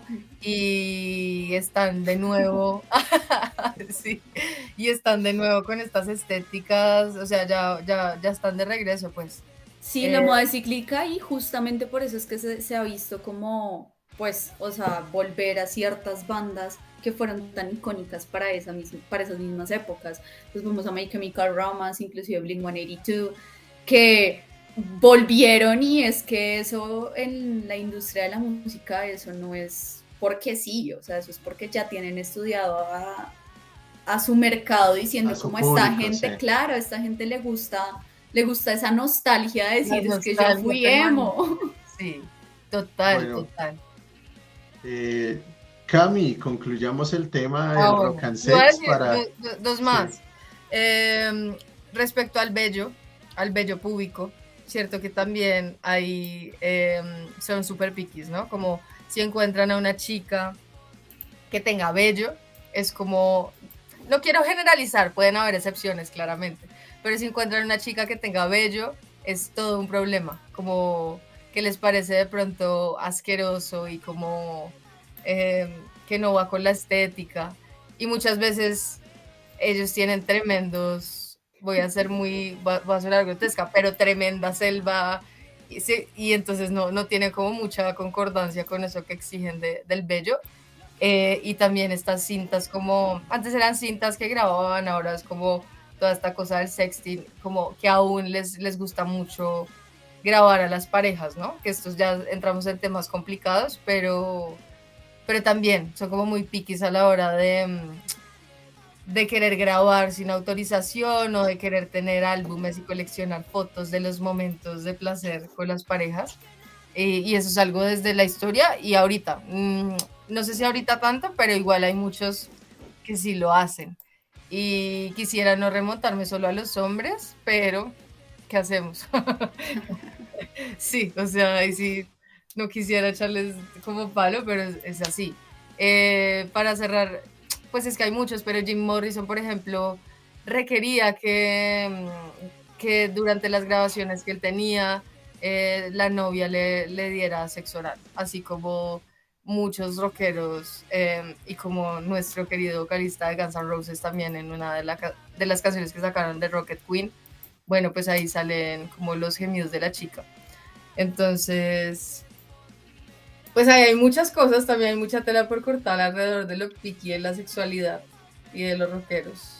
y están de nuevo, sí, y están de nuevo con estas estéticas, o sea, ya, ya, ya están de regreso, pues. Sí, eh, la moda es cíclica y justamente por eso es que se, se ha visto como, pues, o sea, volver a ciertas bandas que fueron tan icónicas para, esa misma, para esas mismas épocas. Pues vamos a My Chemical Romance, inclusive Blink ciento ochenta y dos, que volvieron y es que eso en la industria de la música, eso no es porque sí, o sea, eso es porque ya tienen estudiado a, a su mercado diciendo A su como esta público, gente, sí. claro, a esta gente le gusta, le gusta esa nostalgia de decir, La es que yo nostalgia fui te manda. emo. Sí, total, Bueno, total. Eh, Cami, concluyamos el tema Ah, del bueno, rock and iba a sex decir para... do- do- dos Sí. más. Eh, respecto al vello, al vello púbico, cierto que también hay, eh, son súper piquis, ¿no? Como si encuentran a una chica que tenga vello, es como, no quiero generalizar, pueden haber excepciones claramente, pero si encuentran una chica que tenga vello, es todo un problema, como que les parece de pronto asqueroso y como eh, que no va con la estética. Y muchas veces ellos tienen tremendos, voy a ser muy, va, va a sonar grotesca, pero tremenda selva. Y, sí, y entonces no, no tiene como mucha concordancia con eso que exigen de, del vello. Eh, y también estas cintas como, antes eran cintas que grababan, ahora es como toda esta cosa del sexting, como que aún les, les gusta mucho grabar a las parejas, ¿no? Que estos ya entramos en temas complicados, pero, pero también son como muy piquis a la hora de, de querer grabar sin autorización o de querer tener álbumes y coleccionar fotos de los momentos de placer con las parejas. Eh, y eso es algo desde la historia y ahorita. Mmm, no sé si ahorita tanto, pero igual hay muchos que sí lo hacen. Y quisiera no remontarme solo a los hombres, pero ¿qué hacemos? Sí, o sea, y sí, no quisiera echarles como palo, pero es, es así. Eh, para cerrar, pues es que hay muchos, pero Jim Morrison, por ejemplo, requería que, que durante las grabaciones que él tenía, eh, la novia le, le diera sexo oral, así como muchos rockeros eh, y como nuestro querido vocalista de Guns N' Roses también en una de, la, de las canciones que sacaron de Rocket Queen. Bueno, pues ahí salen como los gemidos de la chica. Entonces, pues ahí hay muchas cosas, también hay mucha tela por cortar alrededor de lo piqui de la sexualidad y de los rockeros.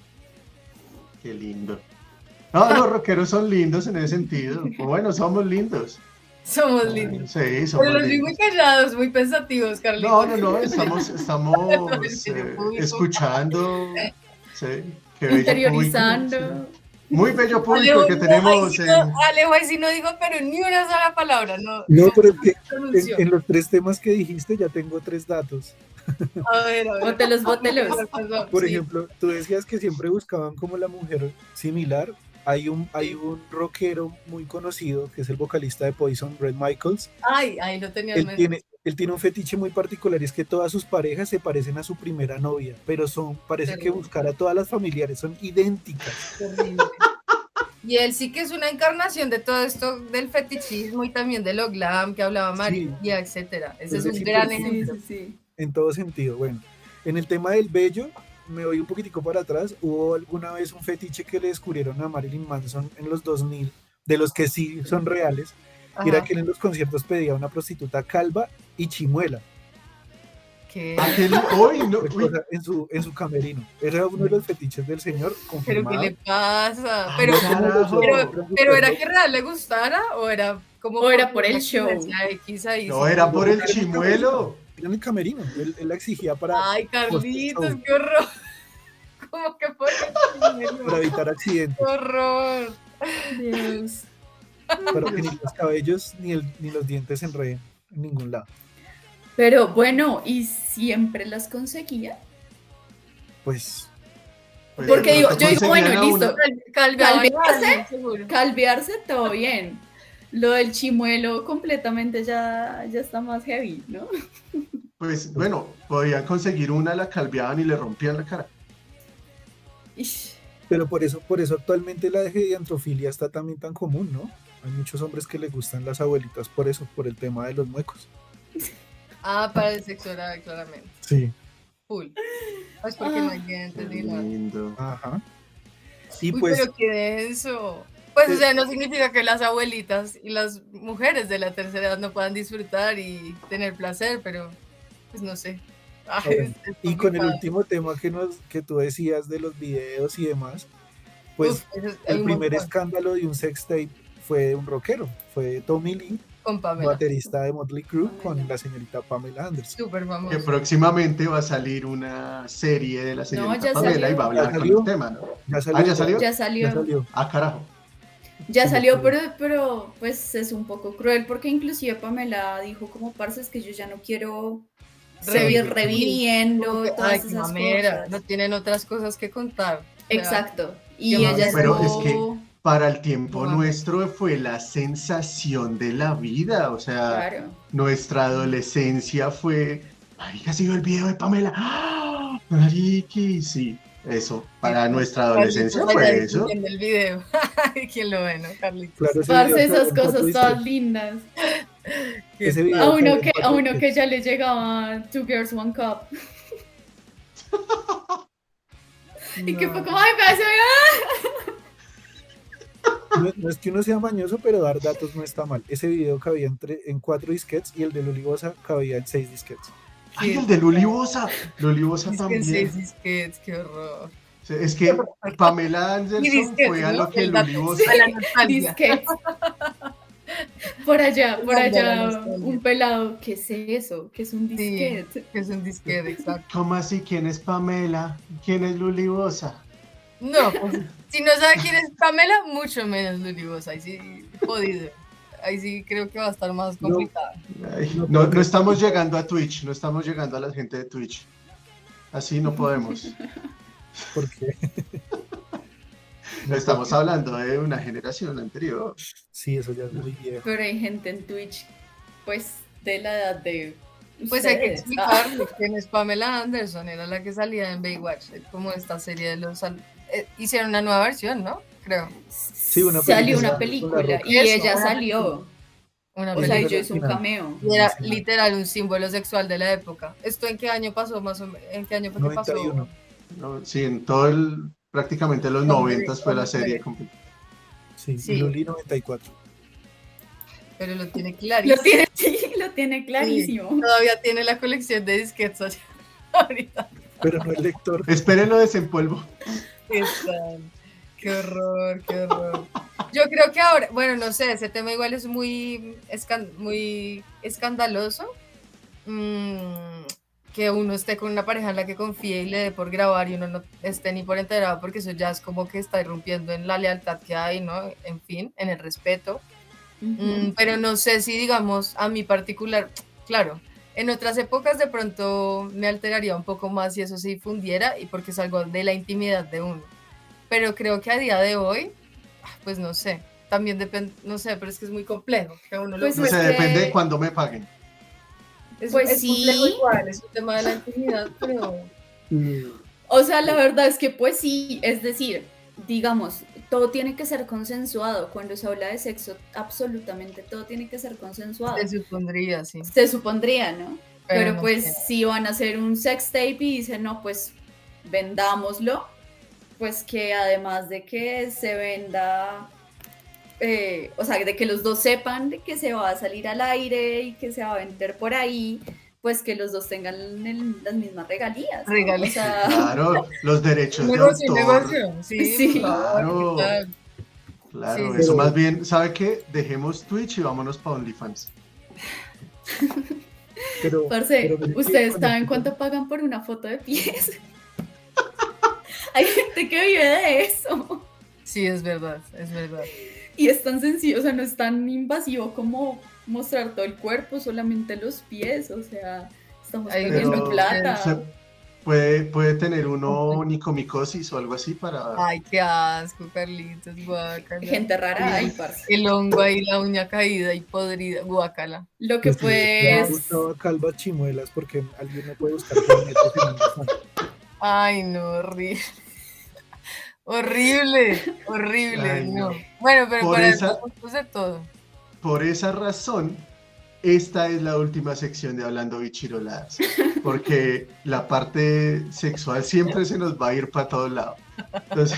Qué lindo. No, los rockeros son lindos en ese sentido. O bueno, somos lindos. Somos lindos. Sí, somos Pero los vi lindos. muy callados, muy pensativos, Carlitos. No, no, no, estamos, estamos eh, escuchando. Sí, qué bello Interiorizando. público, sí. Muy bello público Alejo, que tenemos. ahí sí en... no, Alejo, ahí sí no digo, pero ni una sola palabra. No, No, pero es que pronunció. en, en los tres temas que dijiste ya tengo tres datos. A ver, a ver. Bótelos, bótelos. Por Sí. ejemplo, tú decías que siempre buscaban como la mujer similar. Hay un, hay un rockero muy conocido que es el vocalista de Poison, Bret Michaels. Ay, ahí lo tenía en Él mente. tiene, él tiene un fetiche muy particular y es que todas sus parejas se parecen a su primera novia, pero son, parece que Terrible. buscar a todas las familiares, son idénticas. Terrible. Y él sí que es una encarnación de todo esto del fetichismo y también de lo glam que hablaba María, Sí. etcétera. Ese es Es un decir, gran sí, ejemplo. Sí, sí, sí. En todo sentido. Bueno, en el tema del vello, me voy un poquitico para atrás. Hubo alguna vez un fetiche que le descubrieron a Marilyn Manson en los dos mil, de los que sí son reales, y era Ajá. que él en los conciertos pedía a una prostituta calva y chimuela. ¿Qué? Aquel, hoy, no, Pues, uy, o sea, en su, en su camerino. Era uno de los fetiches del señor, ¿Pero confirmado. qué le pasa? Ay, Pero, carajo. pero, pero ¿era que real le gustara o era como O era por el una show. tendencia X ahí? no Sí. era por el chimuelo. Era en el camerino. Él, él la exigía para, Ay, Carlitos, show. qué horror. ¿Cómo que por el para chimuelo? evitar accidentes. Qué horror. Dios. Para que ni los cabellos ni, el, ni los dientes se enreden en ningún lado. Pero bueno, ¿y siempre las conseguía? Pues Pues, Porque de digo, pronto yo digo, bueno, conseguían a listo. una- Calveaban a ¿Calvearse? alguien, seguro. Calvearse, todo bien. Lo del chimuelo completamente ya, ya está más heavy, ¿no? Pues bueno, podían conseguir una, la calveaban y le rompían la cara. Ish. Pero por eso, por eso actualmente la geriantrofilia está también tan común, ¿no? Hay muchos hombres que les gustan las abuelitas por eso, por el tema de los muecos. Ah, para el sexo oral, claramente. Sí. Full. Pues porque no hay dientes Qué ni nada. lindo. Ajá. Y Uy, pues, pero qué denso. Pues, o Eh, sea, no significa que las abuelitas y las mujeres de la tercera edad no puedan disfrutar y tener placer, pero, pues, no sé. Ay, bueno, es- es y con el complicado. último tema que nos, que tú decías de los videos y demás, pues Uf, eso es- hay el un primer montón. escándalo de un sex tape fue un rockero, fue Tommy Lee, Con Pamela. baterista de Motley Crue, Pamela. con la señorita Pamela Anderson. Súper Que famoso. próximamente va a salir una serie de la señorita ya Pamela salió. y va a hablar ¿Ya con salió? el tema, ¿no? Ya salió. Ah, ¿ya salió? Ya salió. Ya salió. Ah, carajo. Ya Sí, salió, sí. pero, pero pues es un poco cruel porque inclusive Pamela dijo como parce es que yo ya no quiero seguir Revivir. reviviendo Como que, todas ay, qué esas mamera, cosas. no tienen otras cosas que contar. O sea, Exacto. Y qué ella mamera. Pero estuvo- es que para el tiempo No, nuestro fue la sensación de la vida, o sea, Claro. nuestra adolescencia fue, marica, ¿sí vio el video de Pamela? ¡Ah! Mariqui, sí, eso, para sí, nuestra Carlitos adolescencia allá fue eso. difundiendo el video. ¿Quién lo ve, no, Carlitos? Claro, ese Parce, video esas salió en cosas cuatro todas disquetes. lindas. Qué Ese tal. video A uno salió en que, a cuatro uno que disquetes. ya le llegaba Two Girls One Cup. Y que No. fue como, ay, me hace No, no es que uno sea mañoso, pero dar datos no está mal. Ese video cabía entre, en cuatro disquetes y el de Luli Bosa cabía en seis disquetes. Ay, el de Luli Bosa, Luli Bosa Es que también. sí, disquetes, qué horror. O sea, es que Pamela Y Anderson disquetes, fue a ¿no? lo que El Luli dato, Bosa. a la nostalgia. disquetes. Por allá, por Manda la allá, nostalgia. un pelado. ¿Qué es eso? ¿Qué es un Sí. disquete? Que es un disquete, exacto. ¿Cómo así? ¿Quién es Pamela? ¿Quién es Luli Bosa? No, pues, si no sabe quién es Pamela, mucho menos Luli Bosa. Ahí sí, jodido. Ahí sí creo que va a estar más No. complicado. Ay, No, no, pero- no estamos llegando a Twitch, no estamos llegando a la gente de Twitch. Así no podemos. Porque No estamos hablando de una generación anterior. sí, eso ya es muy viejo. Pero hay gente en Twitch, pues, de la edad de. Pues hay que ustedes. Ah, explicar quién es Pamela Anderson. Era la que salía en Baywatch, como esta serie de los... al- eh, hicieron una nueva versión, ¿no? Creo. Sí, una salió película una con película La Roca. y Eso, ella una salió. Una O sea, película. ella hizo un Final. cameo. Y era Sí. literal un símbolo sexual de la época. ¿Esto en qué año pasó más o menos? ¿En qué año fue que pasó? noventa y uno. ¿No? Sí, en todo el, prácticamente los No, noventas fue la no, serie no. completa. Sí, Sí. y Luli noventa y cuatro. Pero lo tiene Lo clarísimo. tiene, sí, lo tiene clarísimo. Todavía tiene la colección de disquetes allá. Ahorita. Pero no el lector. Espérenlo desempolvo. ¿Qué tal? Qué horror, qué horror. Yo creo que ahora, bueno, no sé, ese tema igual es muy, escan- muy escandaloso. Mm, que uno esté con una pareja en la que confíe y le dé por grabar y uno no esté ni por enterado, porque eso ya es como que está irrumpiendo en la lealtad que hay, ¿no? En fin, en el respeto. Mm, pero no sé si, digamos, a mí particular, claro, en otras épocas de pronto me alteraría un poco más si eso se difundiera y porque es algo de la intimidad de uno. Pero creo que a día de hoy, pues no sé, también depende, no sé, pero es que es muy complejo. Que uno lo- Pues No es sé, que- depende de cuándo me paguen. es, pues es sí. complejo igual, es un tema de la intimidad, pero O sea, la verdad es que pues sí, es decir, digamos, todo tiene que ser consensuado. Cuando se habla de sexo, absolutamente todo tiene que ser consensuado. se supondría, sí. Se supondría, ¿no? Pero no pues sé. si van a hacer un sex tape y dicen, no, pues vendámoslo, pues que además de que se venda, eh, o sea, de que los dos sepan de que se va a salir al aire y que se va a vender por ahí, pues que los dos tengan el- las mismas regalías, ¿no? Regalías. O sea, Claro, los derechos de Negocio, autor. negocio, sí, Sí. por favor, Claro. ¿qué tal? Claro, Sí, eso sí. más bien, ¿sabe qué? Dejemos Twitch y vámonos para OnlyFans. Pero, parce, pero mire que ¿ustedes cuando- saben cuánto pagan por una foto de pies? Hay gente que vive de eso. Sí, es verdad, es verdad. Y es tan sencillo, o sea, no es tan invasivo como mostrar todo el cuerpo, solamente los pies, o sea, estamos Ay, perdiendo pero- plata. Se puede, puede tener uno nicomicosis o algo así para... Ay, qué asco, Carlitos, guácala. Gente rara ahí, parce. El hongo ahí, la uña caída y podrida, guácala. Lo que Pues, me pues... gustaba Calvas Chimuelas porque alguien no puede buscar planetas en OnlyFans. Ay, no, horrible. Horrible, horrible, Ay, no. no. Bueno, pero Por para esa- eso puse todo. Por esa razón, esta es la última sección de Hablando Bichiroladas, porque la parte sexual siempre se nos va a ir para todos lados. Entonces,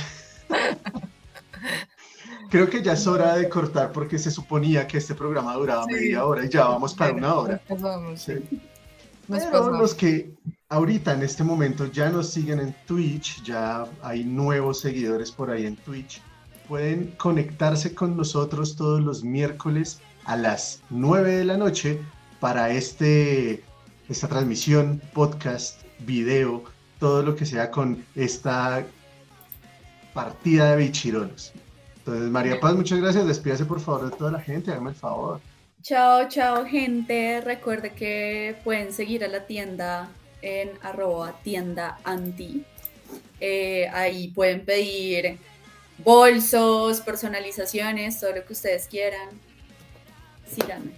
creo que ya es hora de cortar porque se suponía que este programa duraba Sí. media hora y ya vamos para una hora. Nos pasamos, sí. Sí. Nos Pero pasamos. los que ahorita en este momento ya nos siguen en Twitch, ya hay nuevos seguidores por ahí en Twitch. pueden conectarse con nosotros todos los miércoles a las nueve de la noche para este, esta transmisión, podcast, video, todo lo que sea con esta partida de bichirolos. Entonces, María Paz, muchas gracias. Despídase por favor de toda la gente, hágame el favor. Chao, chao, gente. Recuerde que pueden seguir a la tienda en arroba tienda anti. Eh, ahí pueden pedir bolsos, personalizaciones, todo lo que ustedes quieran. Síganme.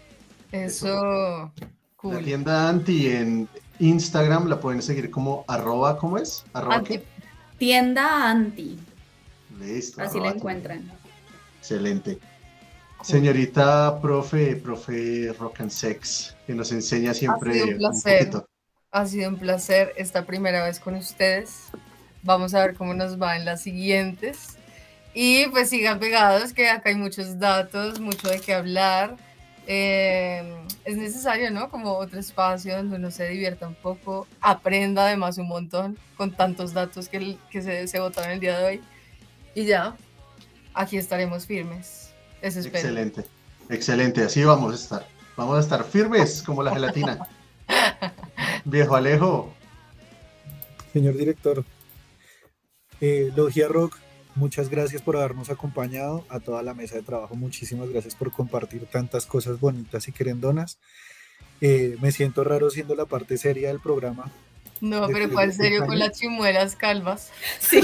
Eso, cool. La tienda Anti en Instagram la pueden seguir como arroba, ¿cómo es? ¿Arroba Anti- qué? Tienda anti. Listo. Así arroba la encuentran. tienda. Excelente. Cool. Señorita profe, profe Rock and Sex, que nos enseña siempre Ha sido un un placer. poquito. Ha sido un placer esta primera vez con ustedes. Vamos a ver cómo nos va en las siguientes. Y pues sigan pegados, que acá hay muchos datos, mucho de qué hablar. Eh, es necesario, ¿no? Como otro espacio donde uno se divierta un poco, aprenda además un montón con tantos datos que, que se, se botaron el día de hoy. Y ya, aquí estaremos firmes. Eso espero. Excelente, excelente, así vamos a estar. Vamos a estar firmes como la gelatina. Viejo Alejo, Señor director, eh, Logia Rock, muchas gracias por habernos acompañado. A toda la mesa de trabajo, muchísimas gracias por compartir tantas cosas bonitas y querendonas. Eh, me siento raro siendo la parte seria del programa. No, de pero tres ¿cuál serio con años. las chimuelas calvas? Sí.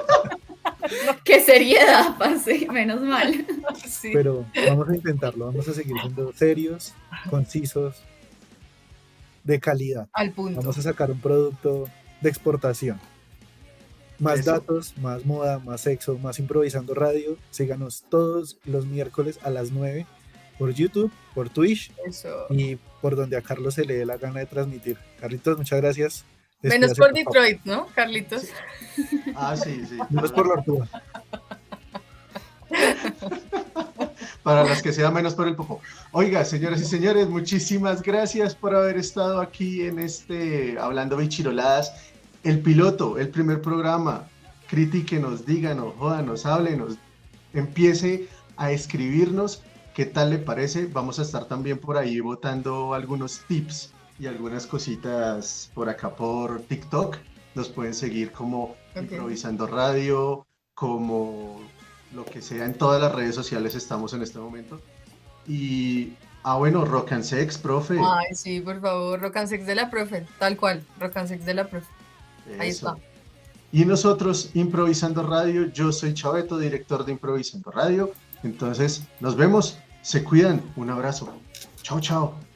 Qué seriedad, parce, menos mal. Sí. Pero vamos a intentarlo, vamos a seguir siendo serios, concisos, de calidad. Al punto. Vamos a sacar un producto de exportación. Más Eso. datos, más moda, más sexo, más improvisando radio. Síganos todos los miércoles a las nueve por YouTube, por Twitch Eso. y por donde a Carlos se le dé la gana de transmitir. Carlitos, muchas gracias. Menos Despídase, por favor. Detroit, ¿no, Carlitos? ah sí, sí. Menos por la Ortúa. Para las que sea menos por el popó. Oiga, señoras y señores, muchísimas gracias por haber estado aquí en este Hablando Bichiroladas, el piloto, el primer programa. Critíquenos, díganos, jódanos, háblenos, empiece a escribirnos qué tal le parece. Vamos a estar también por ahí botando algunos tips y algunas cositas por acá por TikTok. Nos pueden seguir como Ok. Improvisando Radio, como lo que sea, en todas las redes sociales estamos en este momento. Y, ah bueno, Rock and Sex, profe. Ay, sí, por favor, Rock and Sex de la profe, tal cual, Rock and Sex de la profe. Ahí Eso. está. Y nosotros, Improvisando Radio, yo soy Chaveto, director de Improvisando Radio. Entonces, nos vemos, se cuidan, un abrazo. Chao, chao.